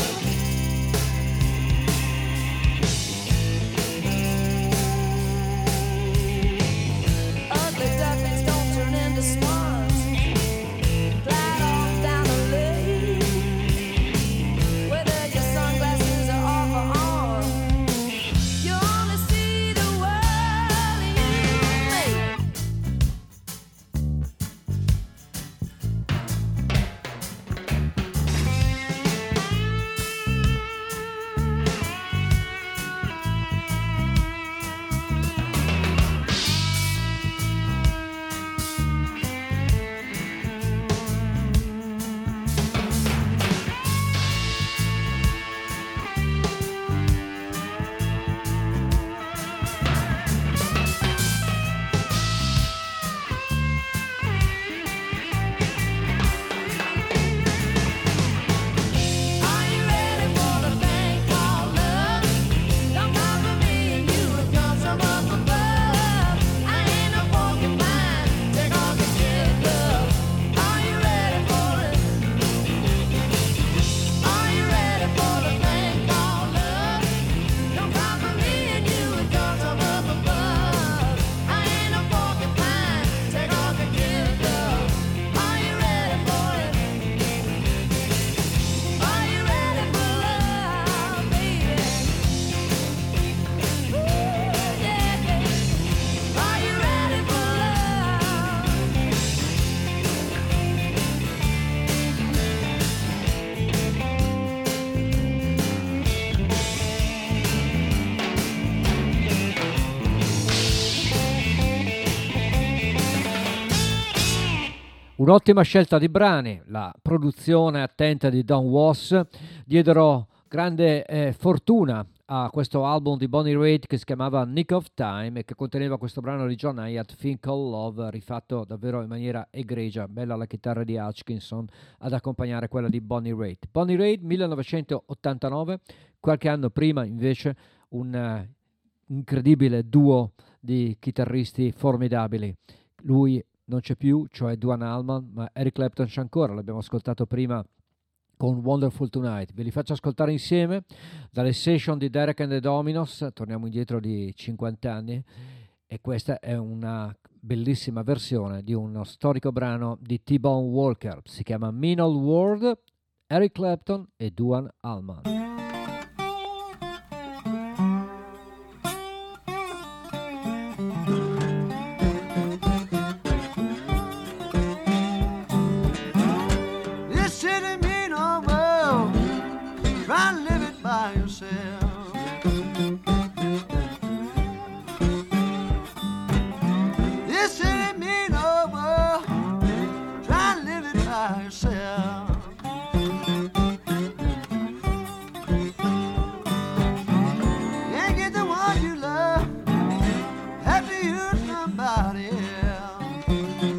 Ugly ducklings don't turn into swans. Glide off down the lane. Whether your sunglasses are off or on, you only see the world you make. Are you ready for the thing called love? Don't come from me and you, it comes from up above. I ain't no porcupine, take off your kid glove. Are you ready for it? Are you ready for the thing called love? Don't come from me and you, it comes from up above. I ain't no porcupine, take off your kid glove. Are you ready for it? Are you ready for love, baby? Ooh, yeah, yeah. Are you ready for love? Un'ottima scelta di brani, la produzione attenta di Don Was diedero grande fortuna a questo album di Bonnie Raitt che si chiamava Nick of Time e che conteneva questo brano di John Hyatt, Thing Called Love, rifatto davvero in maniera egregia, bella la chitarra di Hutchinson ad accompagnare quella di Bonnie Raitt. Bonnie Raitt 1989, qualche anno prima invece un incredibile duo di chitarristi formidabili. Lui non c'è più, cioè Duane Allman, ma Eric Clapton c'è ancora, l'abbiamo ascoltato prima con Wonderful Tonight. Ve li faccio ascoltare insieme dalle session di Derek and the Dominos, torniamo indietro di 50 anni, e questa è una bellissima versione di uno storico brano di T-Bone Walker, si chiama Mean Old World, Eric Clapton e Duane Allman. This city mean old world, try to live it by yourself. This city mean old world, try to live it by yourself. You ain't get the one you love, have to use somebody else.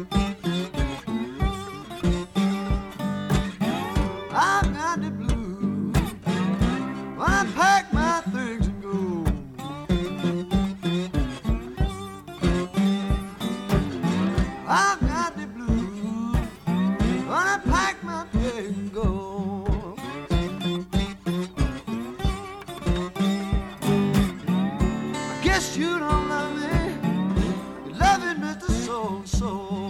I've got the blues when I pack my things and go. I've got the blues when I pack my things and go. I guess you don't love me, you love it, Mr. So-and-so.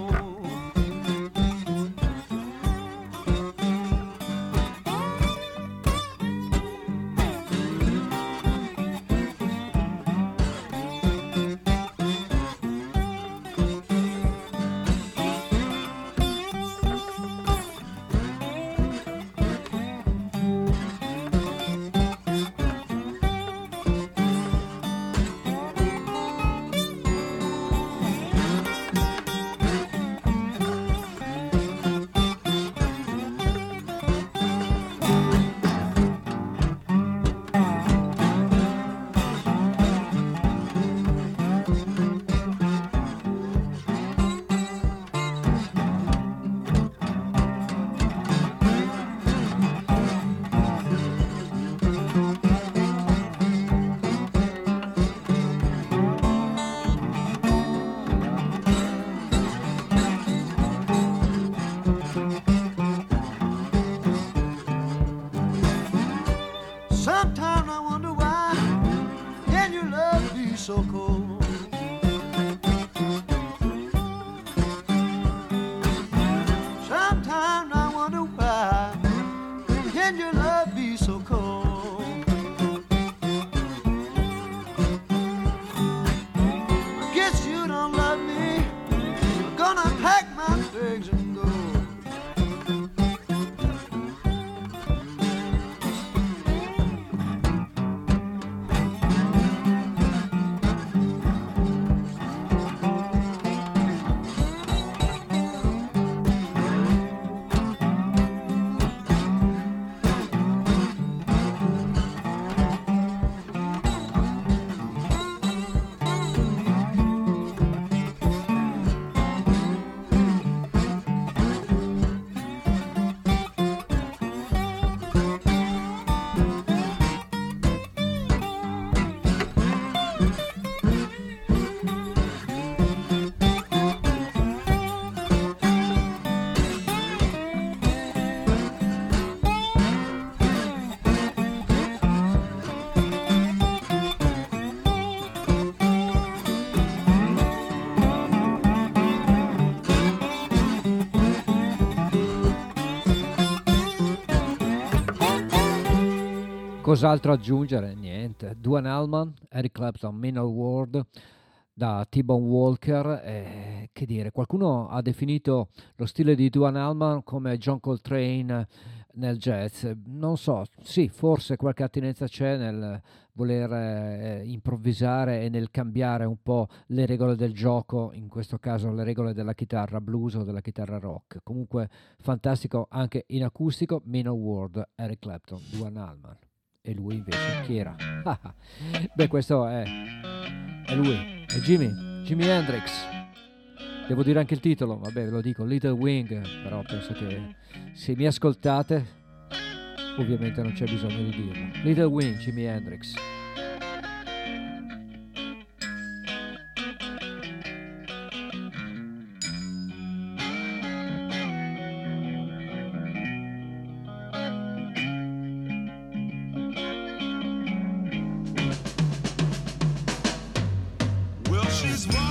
Sometimes I wonder why can your love be so cold? Sometimes I wonder why can your love be so cold? I guess you don't love me. I'm gonna pack my things and go. Cos'altro aggiungere? Niente. Duane Allman, Eric Clapton, Mean Old World da T-Bone Walker. Che dire, qualcuno ha definito lo stile di Duane Allman come John Coltrane nel jazz. Non so, sì, forse qualche attinenza c'è nel voler improvvisare e nel cambiare un po' le regole del gioco, in questo caso le regole della chitarra blues o della chitarra rock. Comunque fantastico anche in acustico. Mean Old World, Eric Clapton, Duane Allman. E lui invece chi era? Beh, questo è lui, è Jimi Hendrix. Devo dire anche il titolo, vabbè ve lo dico, Little Wing, però penso che se mi ascoltate ovviamente non c'è bisogno di dirlo. Little Wing, Jimi Hendrix. Well, she's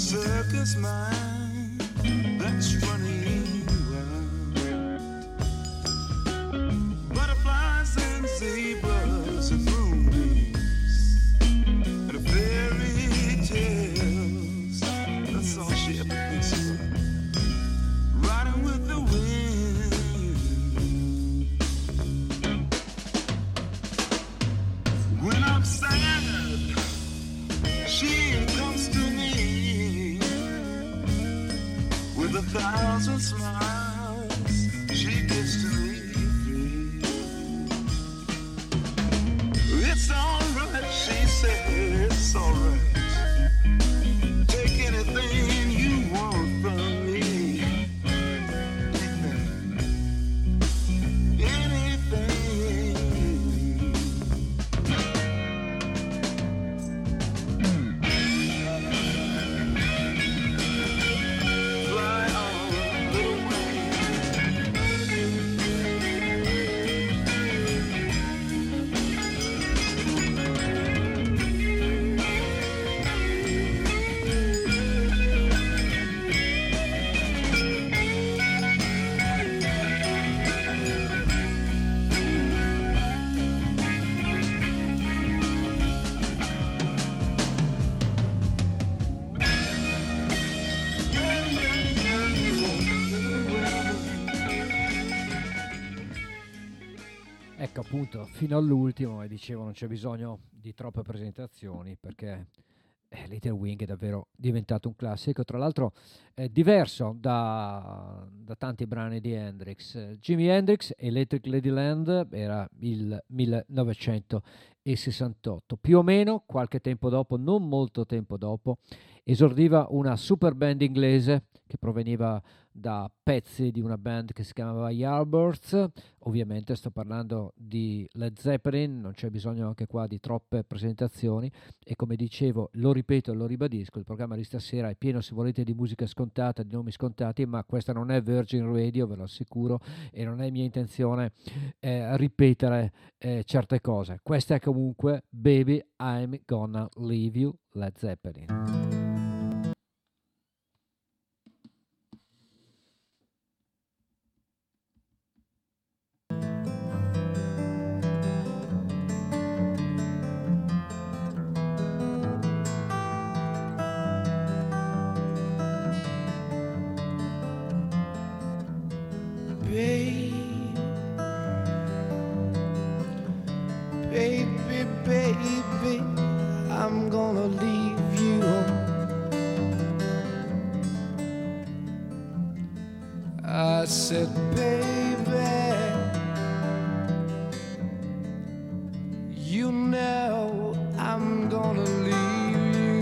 circus mind that's running wild. Butterflies and zebras and moonbeams and fairy tales. That's all she ever thinks about. Riding with the wind. When I'm sad, she comes to me with 1,000 smiles. She gives to me free. It's alright, she said, it's alright. Take anything you want from me. Anything. Fly on, little wing. Ecco appunto, fino all'ultimo, e dicevo non c'è bisogno di troppe presentazioni perché Little Wing è davvero diventato un classico, tra l'altro diverso da tanti brani di Hendrix. Jimi Hendrix, Electric Ladyland, era il 1968, più o meno qualche tempo dopo, non molto tempo dopo, esordiva una super band inglese che proveniva da pezzi di una band che si chiamava Yardbirds. Ovviamente sto parlando di Led Zeppelin, non c'è bisogno anche qua di troppe presentazioni, e come dicevo, lo ripeto e lo ribadisco, il programma di stasera è pieno, se volete, di musica scontata, di nomi scontati, ma questa non è Virgin Radio, ve lo assicuro, e non è mia intenzione ripetere certe cose. Questa è comunque Baby I'm Gonna Leave You, Led Zeppelin. Baby, baby, I'm gonna leave you. I said, baby, you know I'm gonna leave you.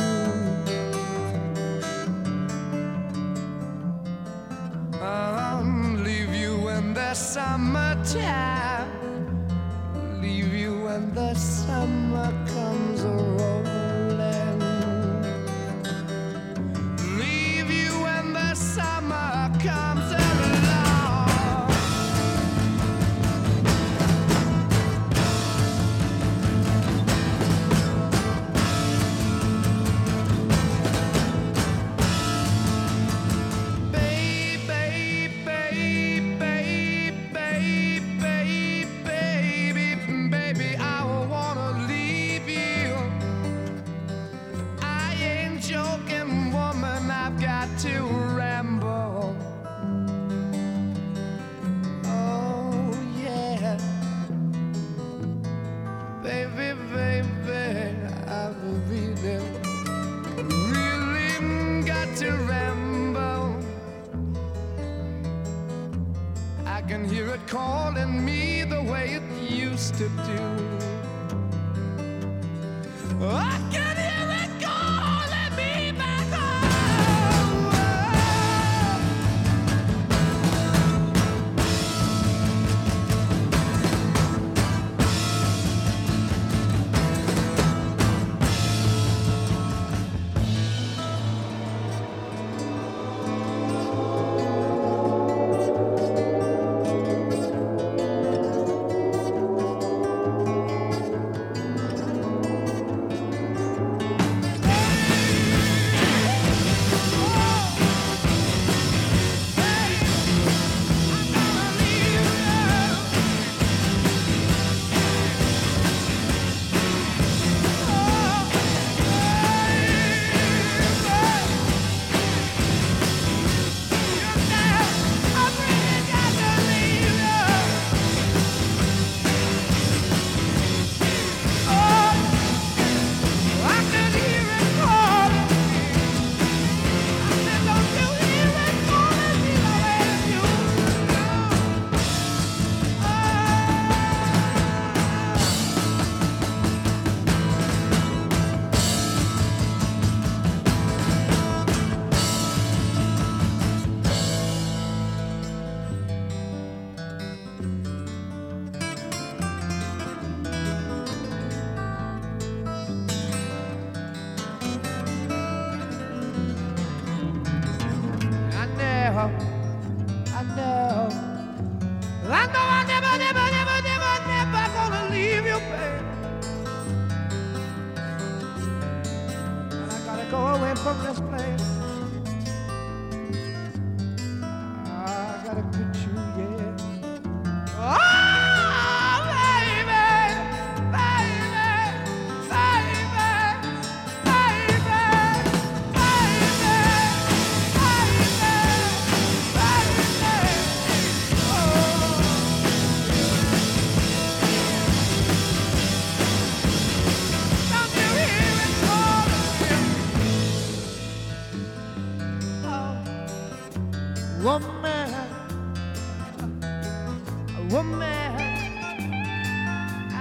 Leave you in the summertime. Leave you when the summer comes a-rolling. Leave you when the summer comes along. Baby, I wanna leave you. I ain't joking, woman, I've got to ramble. Oh, yeah. Baby, baby, I've really got to ramble. I can hear it calling me the way it used to do. I can hear it calling me back home. go away from this place. I gotta quit you, yeah. Oh, baby, baby, baby, baby, woman, woman, I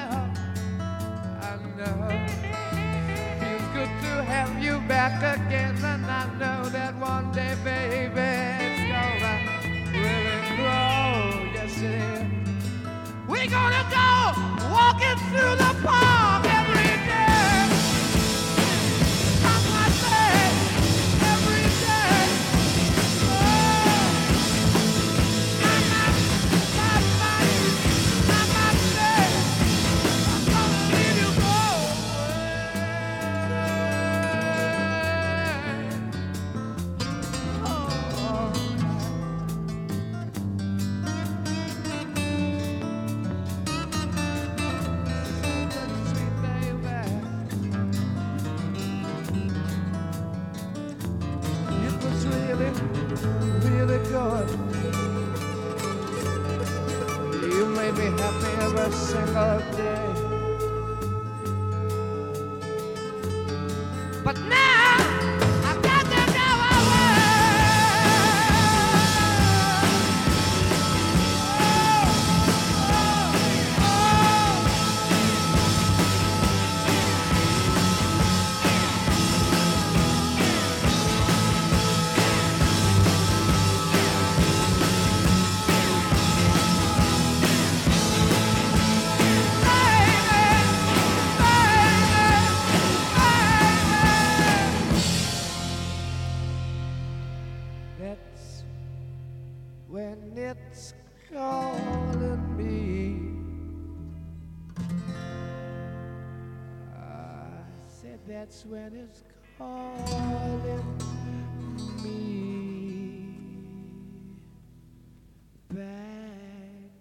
know, feels good to have you back again, and I know that one day, baby, it's gonna really grow, yes it is. We're gonna go walking through the park every day. I say every day. Really good. You made me happy every single day. But now I've got to go away. That's when it's calling me. I said that's when it's calling me back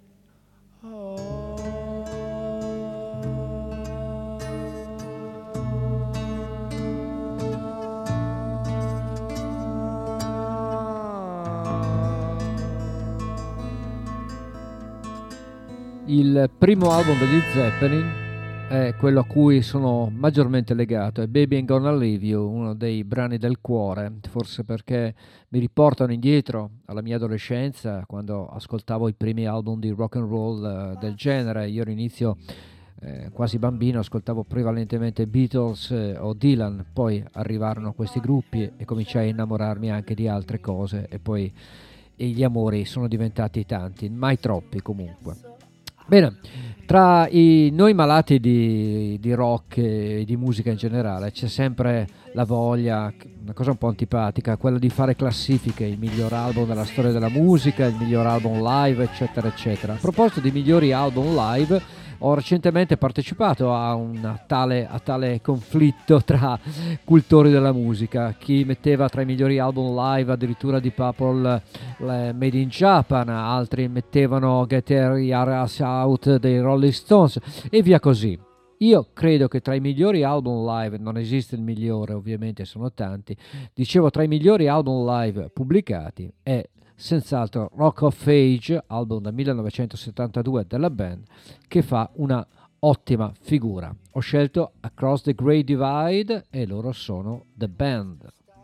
Il primo album degli Zeppelin è quello a cui sono maggiormente legato, è Baby Ain't Gonna Leave You, uno dei brani del cuore, forse perché mi riportano indietro alla mia adolescenza, quando ascoltavo i primi album di rock and roll del genere. Io all'inizio, quasi bambino, ascoltavo prevalentemente Beatles o Dylan, poi arrivarono questi gruppi e cominciai a innamorarmi anche di altre cose, e poi gli amori sono diventati tanti, mai troppi comunque. Bene, tra noi malati di rock e di musica in generale c'è sempre la voglia, una cosa un po' antipatica, quella di fare classifiche, il miglior album della storia della musica, il miglior album live, eccetera, eccetera. A proposito di migliori album live, ho recentemente partecipato a tale conflitto tra cultori della musica. Chi metteva tra i migliori album live addirittura di Purple Made in Japan, altri mettevano Get Your Ass Out dei Rolling Stones e via così. Io credo che tra i migliori album live, non esiste il migliore, ovviamente sono tanti, dicevo tra i migliori album live pubblicati è senz'altro Rock of Age, album del 1972 della band, che fa una ottima figura. Ho scelto Across the Great Divide e loro sono The Band.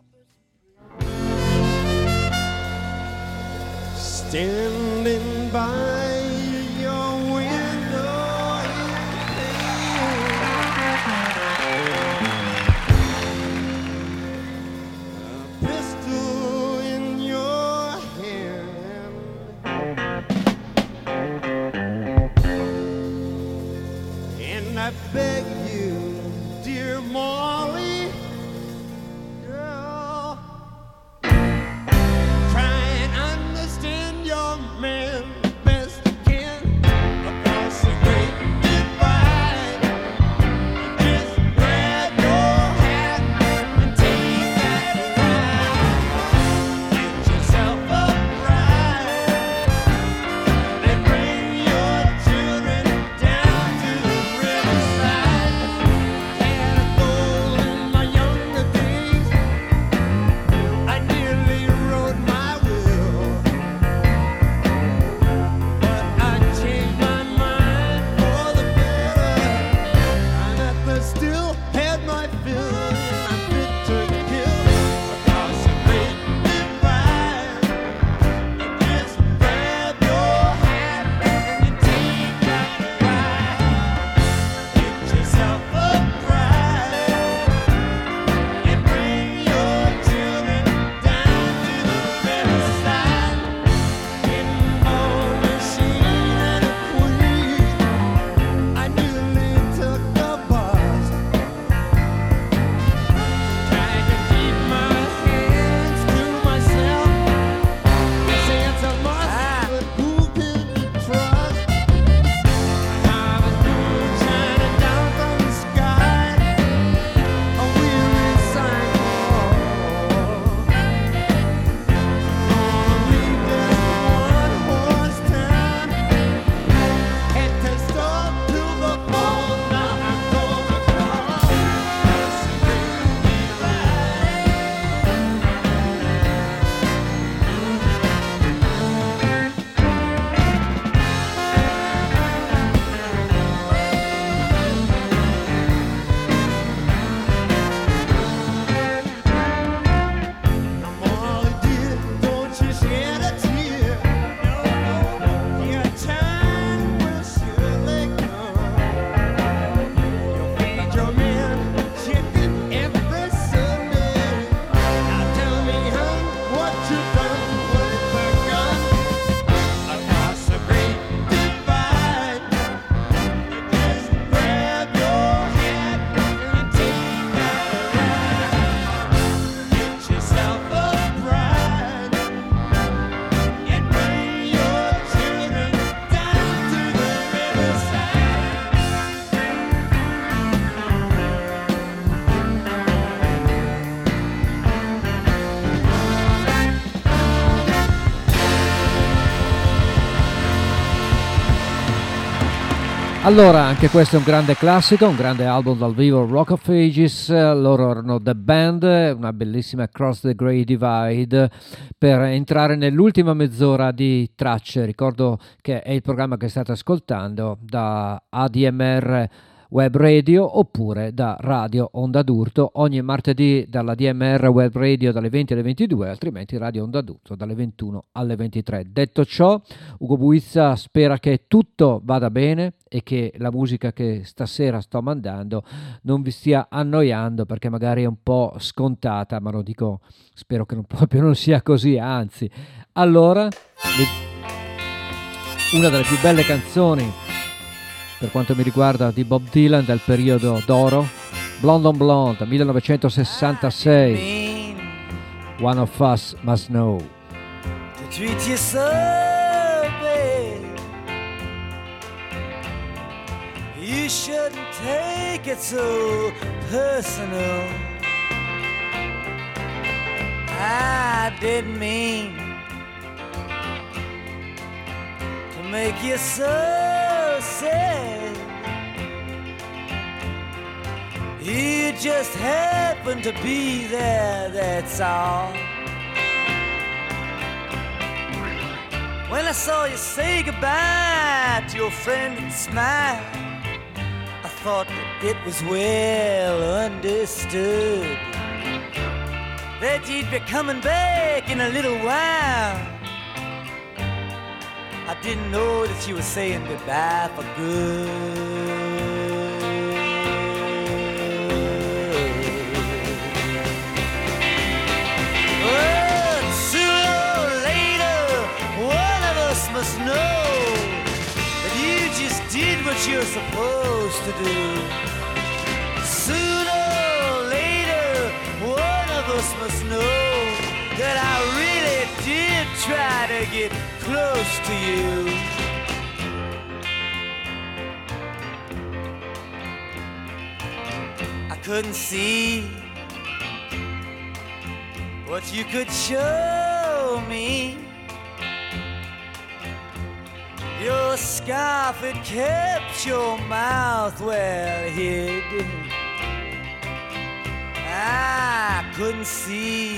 Standing by your window a pistol in your hand, and I beg you, dear Molly, girl, try and understand your man best. Allora, anche questo è un grande classico, un grande album dal vivo, Rock of Ages. Loro erano The Band, una bellissima Cross the Great Divide, per entrare nell'ultima mezz'ora di tracce. Ricordo che è il programma che state ascoltando da ADMR Web Radio oppure da Radio Onda d'Urto ogni martedì dalla DMR Web Radio dalle 20 alle 22, altrimenti Radio Onda d'Urto dalle 21 alle 23. Detto ciò, Ugo Buizza spera che tutto vada bene e che la musica che stasera sto mandando non vi stia annoiando, perché magari è un po' scontata, ma lo dico, spero che proprio non sia così, anzi. Allora, una delle più belle canzoni per quanto mi riguarda di Bob Dylan del periodo d'oro, Blonde on Blonde 1966, One of Us Must Know. To treat you so bad, you shouldn't take it so personal. I didn't mean to make you so sad. You just happened to be there, that's all. When I saw you say goodbye to your friend and smile, I thought that it was well understood that you'd be coming back in a little while. I didn't know that you were saying goodbye for good. But sooner or later, one of us must know that you just did what you're supposed to do. Sooner or later, one of us must know that I really did try to get close to you. I couldn't see what you could show me. Your scarf, it kept your mouth well hid. I couldn't see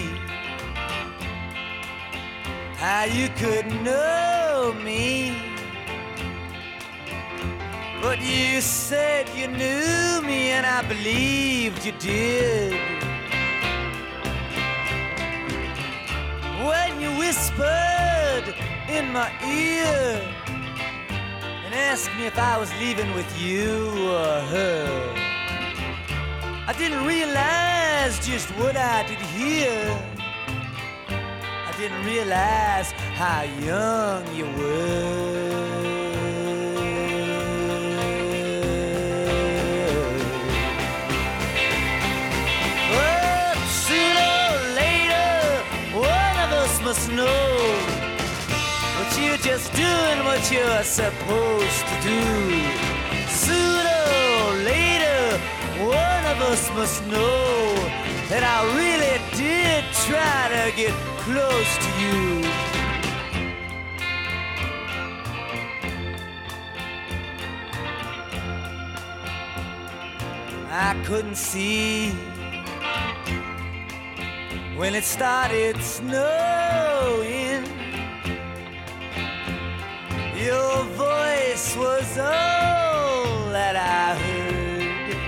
how you could know me, but you said you knew me and I believed you did. When you whispered in my ear and asked me if I was leaving with you or her, I didn't realize just what I did hear. I didn't realize how young you were. But sooner or later, one of us must know that you're just doing what you're supposed to do. Sooner or later, one of us must know that I really did try to get close to you. I couldn't see when it started snowing. Your voice was all that I heard.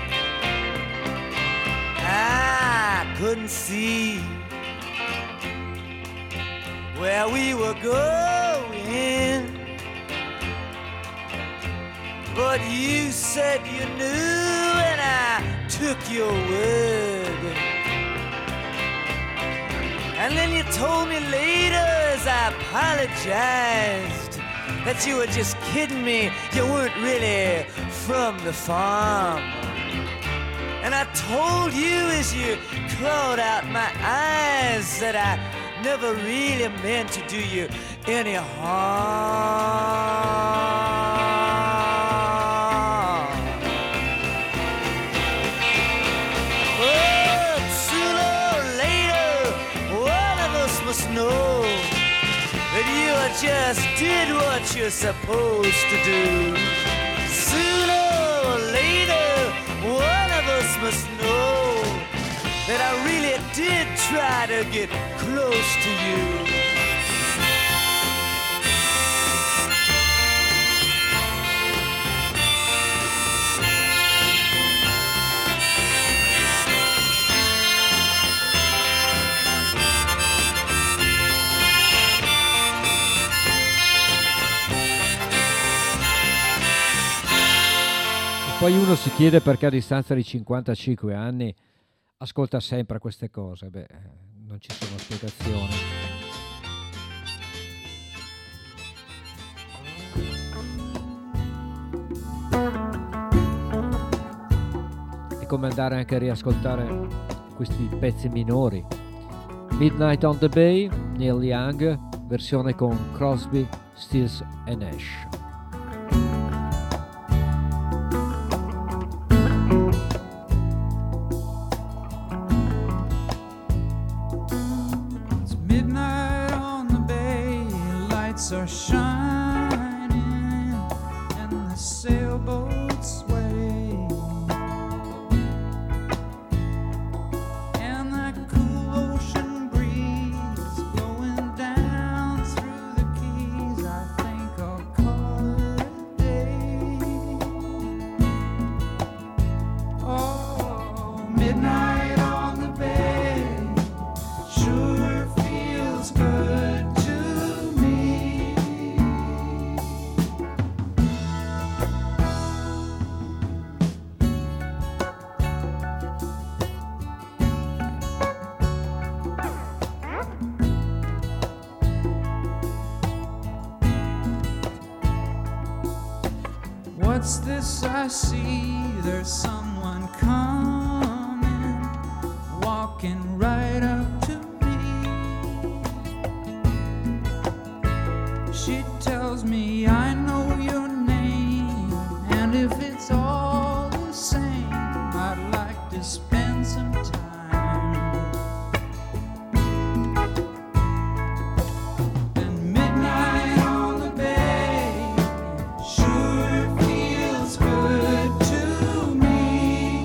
I couldn't see where we were going, but you said you knew and I took your word. And then you told me later as I apologized that you were just kidding me, you weren't really from the farm. And I told you as you clawed out my eyes that I never really meant to do you any harm. But sooner or later, one of us must know that you just did what you're supposed to do. Sooner us must know that I really did try to get close to you. Poi uno si chiede perché a distanza di 55 anni ascolta sempre queste cose. Beh, non ci sono spiegazioni. È come andare anche a riascoltare questi pezzi minori. Midnight on the Bay, Neil Young, versione con Crosby, Stills e Nash. Are shining and the sailboats sway, and that cool ocean breeze blowing down through the keys. I think I'll call it a day. Oh, midnight on the bay sure feels good to me. What's this I see? There's someone coming, walking right up to me. She tells me I know your name, and if it's all the same, I'd like to spend some time. And midnight on the bay sure feels good to me.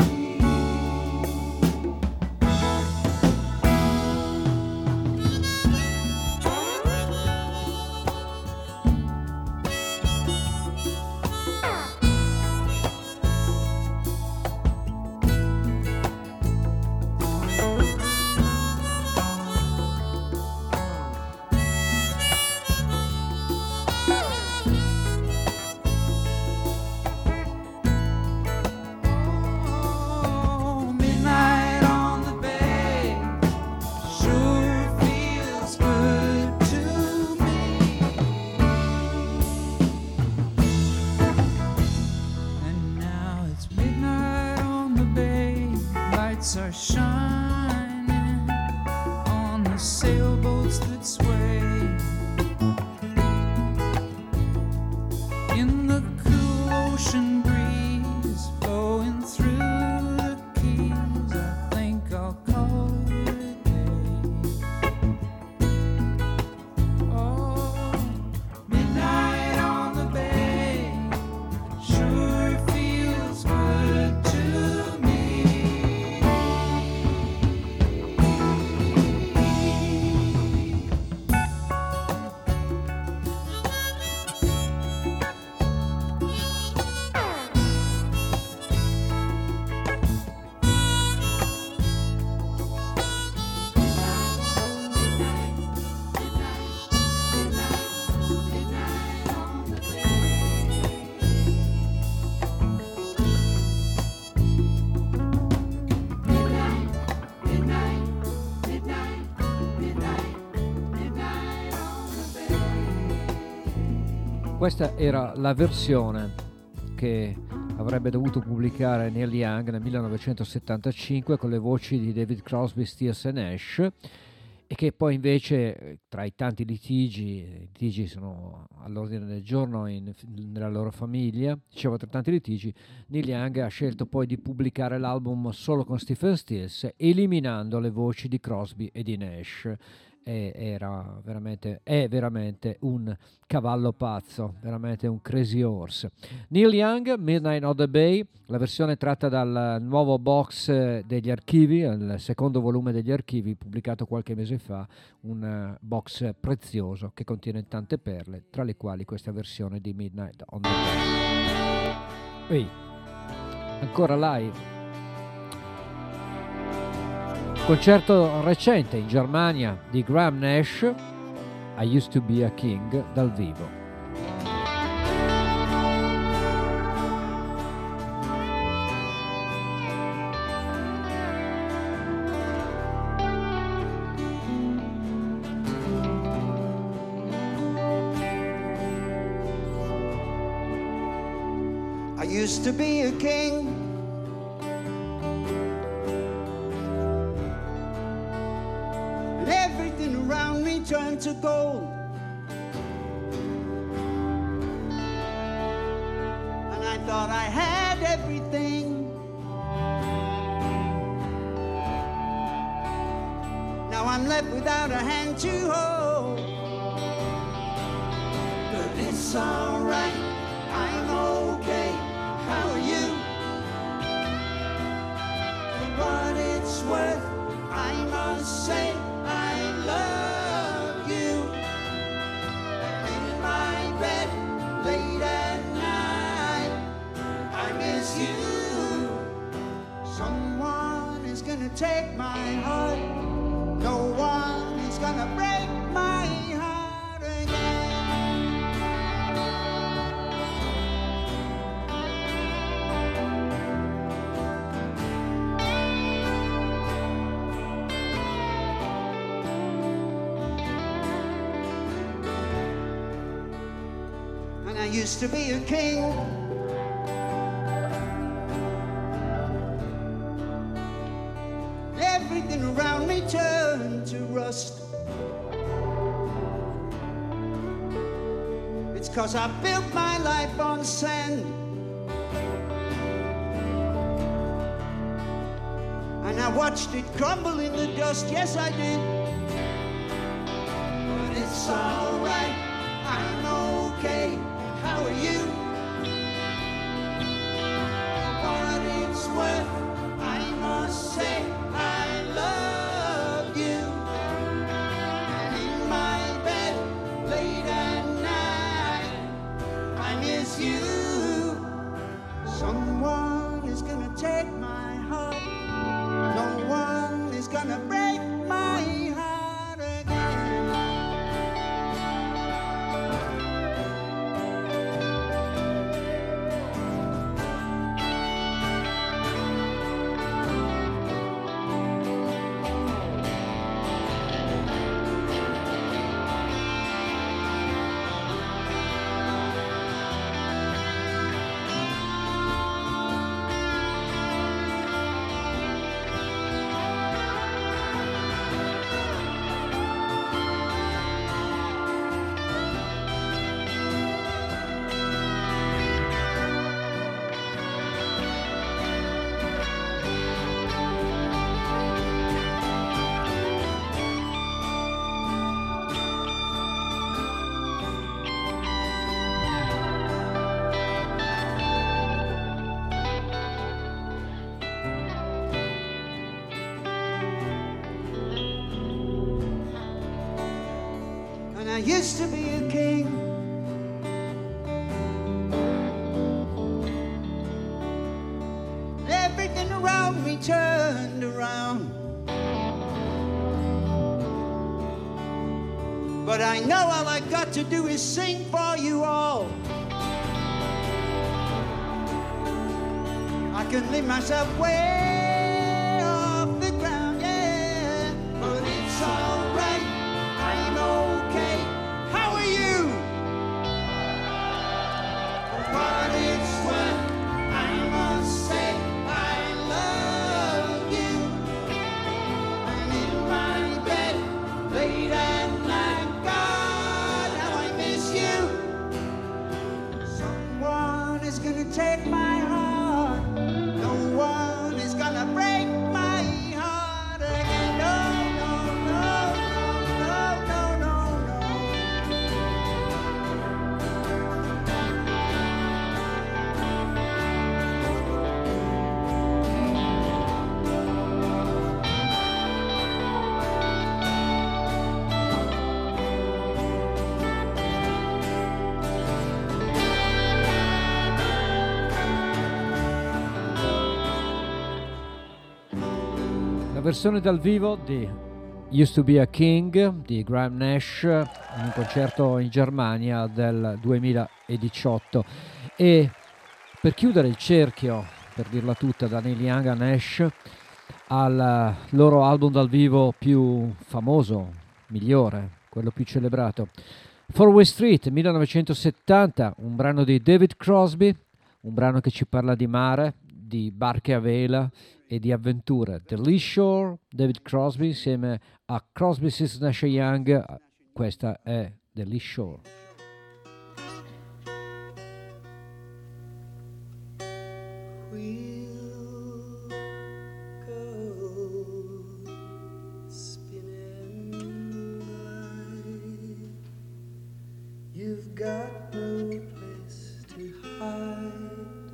Oh, midnight on the bay sure feels good to me. And now it's midnight on the bay, lights are shining on the sailboats that sway. In the cool ocean breeze blowing through the keys, I think I'll call it a day. Oh, midnight on the bay sure feels good to me. Questa era la versione che avrebbe dovuto pubblicare Neil Young nel 1975 con le voci di David Crosby, Stills e Nash, e che poi invece tra i tanti litigi sono all'ordine del giorno nella loro famiglia, dicevo tra tanti litigi, Neil Young ha scelto poi di pubblicare l'album solo con Stephen Stills, eliminando le voci di Crosby e di Nash, è veramente un cavallo pazzo, veramente un crazy horse. Neil Young, Midnight on the Bay, la versione tratta dal nuovo box degli archivi, il secondo volume degli archivi pubblicato qualche mese fa, un box prezioso che contiene tante perle, tra le quali questa versione di Midnight on the Bay. Ehi, ancora live. Concerto recente in Germania di Graham Nash, I Used to Be a King, dal vivo. I used to be a king. And everything around me turned to gold. And I thought I had everything. Now I'm left without a hand to hold. But it's alright, I'm okay. How are you? For what it's worth, I must say I love you. In my bed late at night, I miss you. Someone is gonna take my heart. No one is gonna break my heart again. And I used to be a king. Everything around me turned to rust. It's 'cause I built my life on sand. And I watched it crumble in the dust, yes I did. But it's alright, I'm okay. How are you? What it's worth, I must say I love you. And in my bed late at night, I miss you. Someone is gonna take my heart. No one is gonna break my heart again. And I used to be a king. Everything around me turned around. But I know all I got to do is sing for you all. I can leave myself way off the ground, yeah. But it's alright, I'm okay. How are you? For what it's worth, I must say I love you. And in my bed late at night, God, how I miss you. Someone is gonna take my heart. No one is gonna versione dal vivo di Used to Be a King di Graham Nash in un concerto in Germania del 2018. E per chiudere il cerchio, per dirla tutta, da Neil Young a Nash al loro album dal vivo più famoso, migliore, quello più celebrato, Four-Way Street 1970, un brano di David Crosby, un brano che ci parla di mare, di barche a vela e di avventure. The Lee Shore, David Crosby insieme a Crosby, Stills, Nash Young. Questa è The Lee Shore. We'll go spinning by. You've got no place to hide.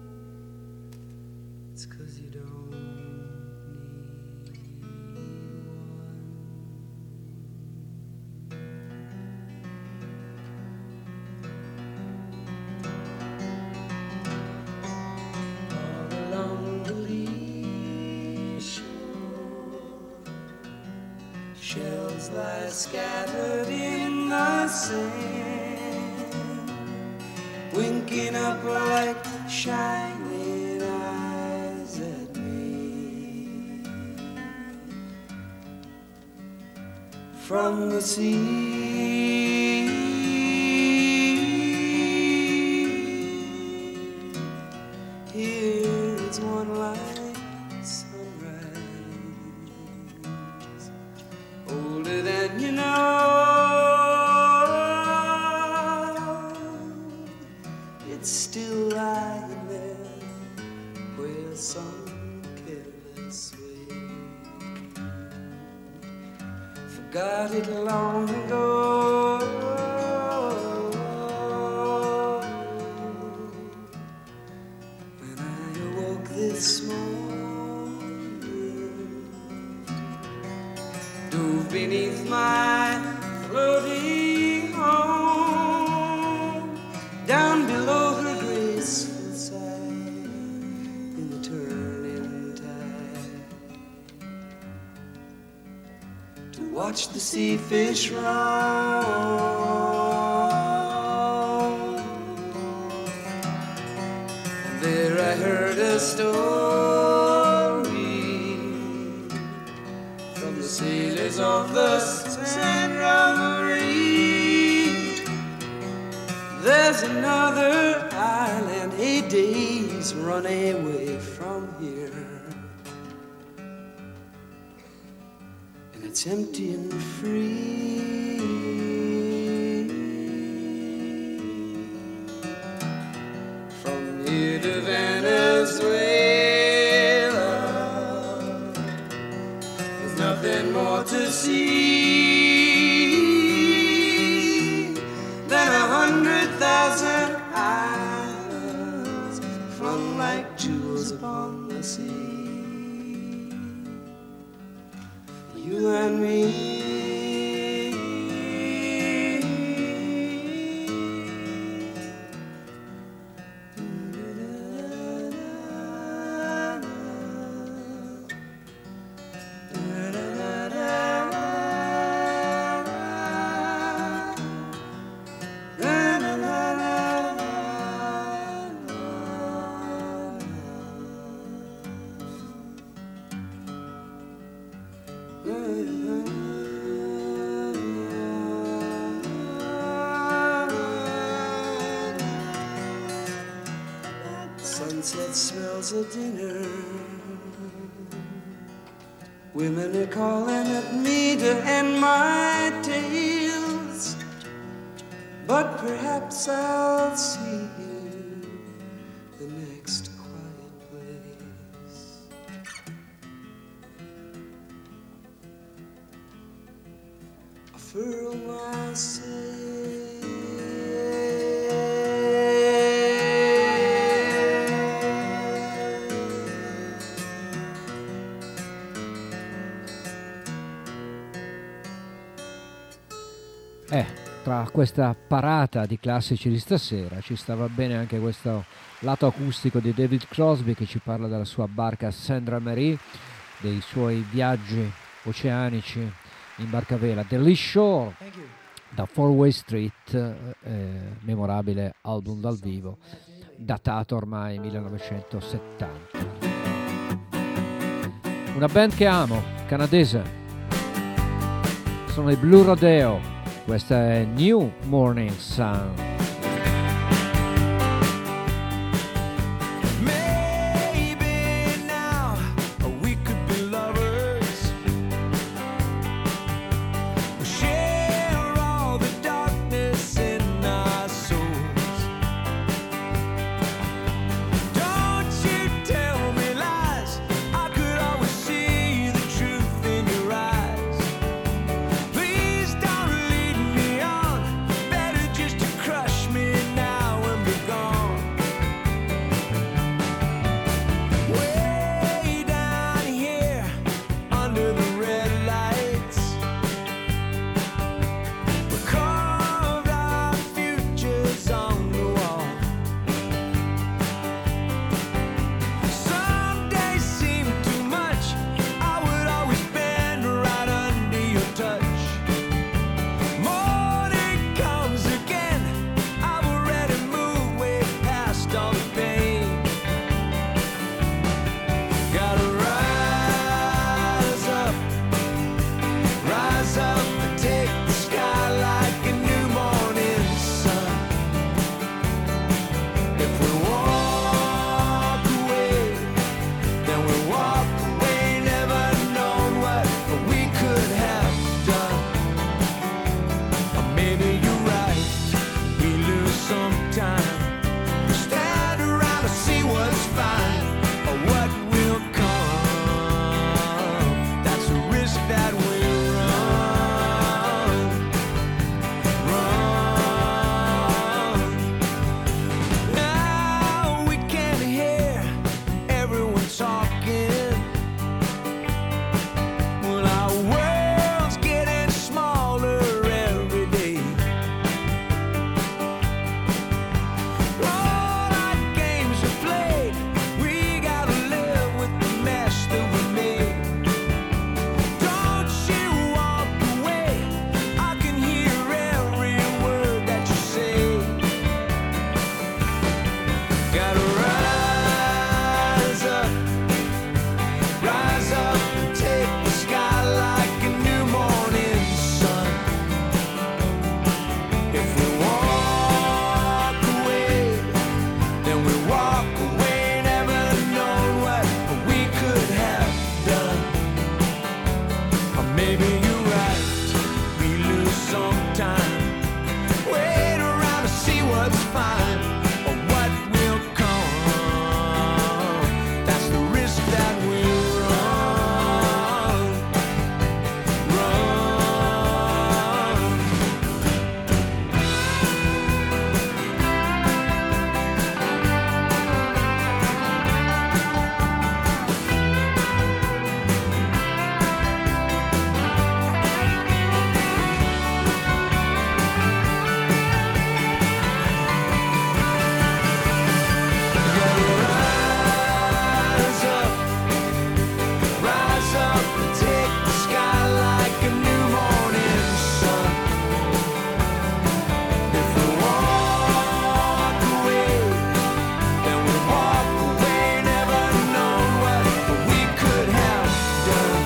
It's 'cause you don't need one. All along the lee shore, shells lie scattered in the sand, winking up like shining eyes at me. From the sea, here it's one like sunrise, older than you know. It's still lying there where some careless way forgot it long ago. When I awoke this morning, dove beneath my floating home, down below her graceful side in the turning tide, to watch the sea fish roam. There I heard a story from the sailors of the San Marie. There's another island 8 days run away from here, and it's empty and free. From here to Venezuela, there's nothing more to see than 100,000 islands flung like jewels upon the sea. You and me. Sunset smells of dinner. Women are calling at me to end my tales, but perhaps I'll see you the next quiet place. I furl my sail. Tra questa parata di classici di stasera ci stava bene anche questo lato acustico di David Crosby che ci parla della sua barca Sandra Marie, dei suoi viaggi oceanici in barcavela, The Lee Shore, da 4-Way Street, memorabile album dal vivo, datato ormai 1970. Una band che amo, canadese, sono i Blue Rodeo, questa è New Morning Sun. Maybe now we could be lovers. We share all the darkness in our souls. Don't you tell me lies. I could always see the truth in your eyes. Please don't lead me on. Better just to crush me now and be gone. Way down here under the red lights, we carved our futures on the wall. Some days seem too much. I would always bend right under your touch. Morning comes again. I've already moved way past all the pain. Gotta rise up and take the sky like a new morning sun. If we walk away, then we walk away, never knowing what we could have done. Or maybe you're right, we lose some time. We stand around to see what's fine or what will come. That's the risk that we run. Now we can hear everyone talking. Well, our world's getting smaller every day. All our games are played. We gotta live with the mess that we made. Don't you walk away. I can hear every word that you say. Gotta rise up and take the sky like a new morning sun. If we walk away, then we walk away, never knowing what we could have done. Or maybe you're right, we lose some time. Wait around to see what's fine or what will come. That's the risk that we run. Rise up and take the sky like a new morning sun. If we walk away, then we walk away, never knowing what we could have done.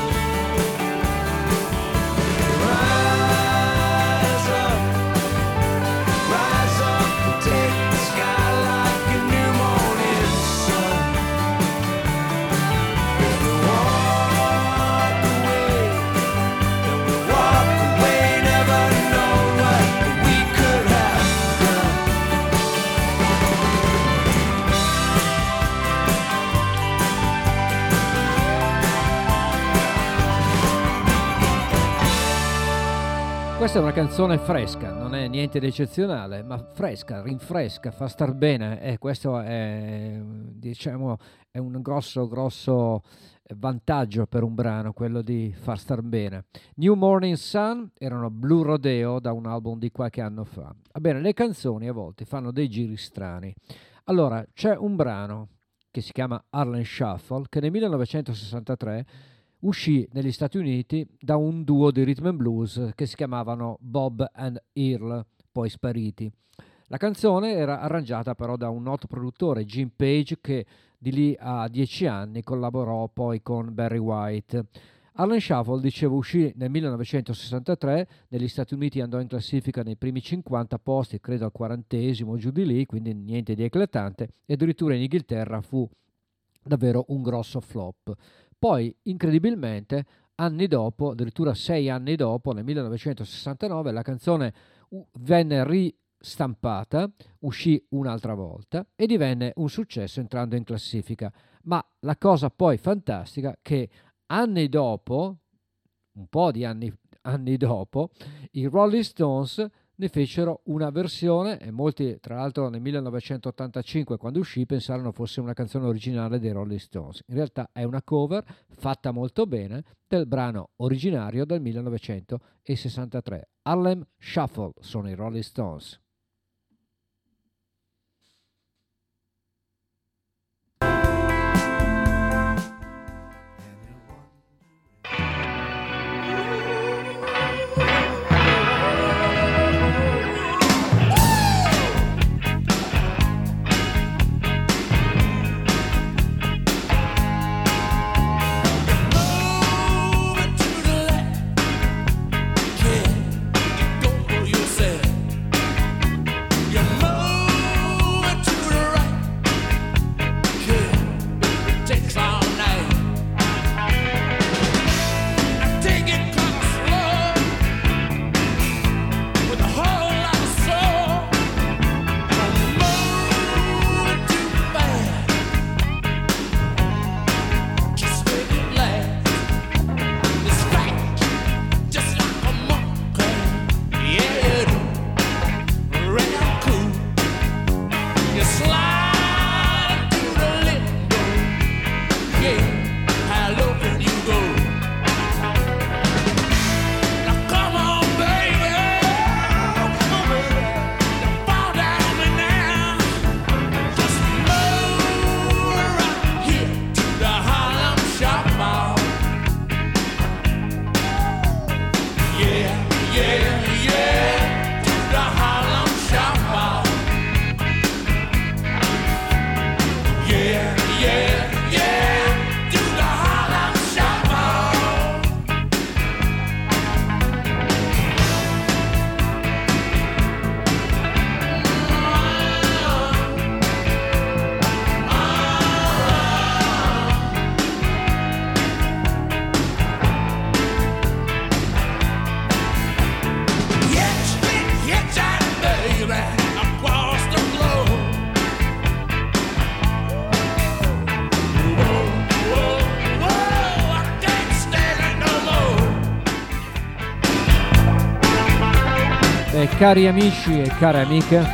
Rise up and take the sky like a new morning sun. If we walk away, then we walk away, never knowing what we could have done. Questa è una canzone fresca, non è niente di eccezionale, ma fresca, rinfresca, fa star bene, e questo è, diciamo, è un grosso vantaggio per un brano, quello di far star bene. New Morning Sun erano Blue Rodeo, da un album di qualche anno fa. Va bene, le canzoni a volte fanno dei giri strani. Allora, c'è un brano che si chiama Harlem Shuffle, che nel 1963 uscì negli Stati Uniti da un duo di rhythm and blues che si chiamavano Bob and Earl, poi spariti. La canzone era arrangiata però da un noto produttore, Jim Page, che di lì a 10 anni collaborò poi con Barry White. Harlem Shuffle, dicevo, uscì nel 1963, negli Stati Uniti andò in classifica nei primi 50 posti, credo al 40esimo, giù di lì, quindi niente di eclatante, e addirittura in Inghilterra fu davvero un grosso flop. Poi, incredibilmente, anni dopo, addirittura 6 anni dopo, nel 1969, la canzone venne ristampata, uscì un'altra volta e divenne un successo entrando in classifica. Ma la cosa poi fantastica che anni dopo, un po' di anni dopo, i Rolling Stones ne fecero una versione e molti, tra l'altro nel 1985 quando uscì, pensarono fosse una canzone originale dei Rolling Stones. In realtà è una cover fatta molto bene del brano originario del 1963. Harlem Shuffle sono i Rolling Stones. Cari amici e care amiche,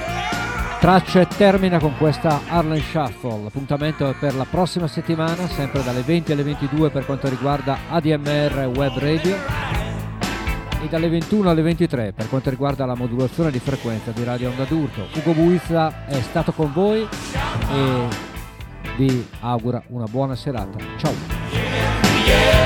Tracce termina con questa Harlem Shuffle. L'appuntamento è per la prossima settimana, sempre dalle 20 alle 22 per quanto riguarda ADMR Web Radio e dalle 21 alle 23 per quanto riguarda la modulazione di frequenza di Radio Onda d'Urto. Ugo Buizza è stato con voi e vi augura una buona serata. Ciao!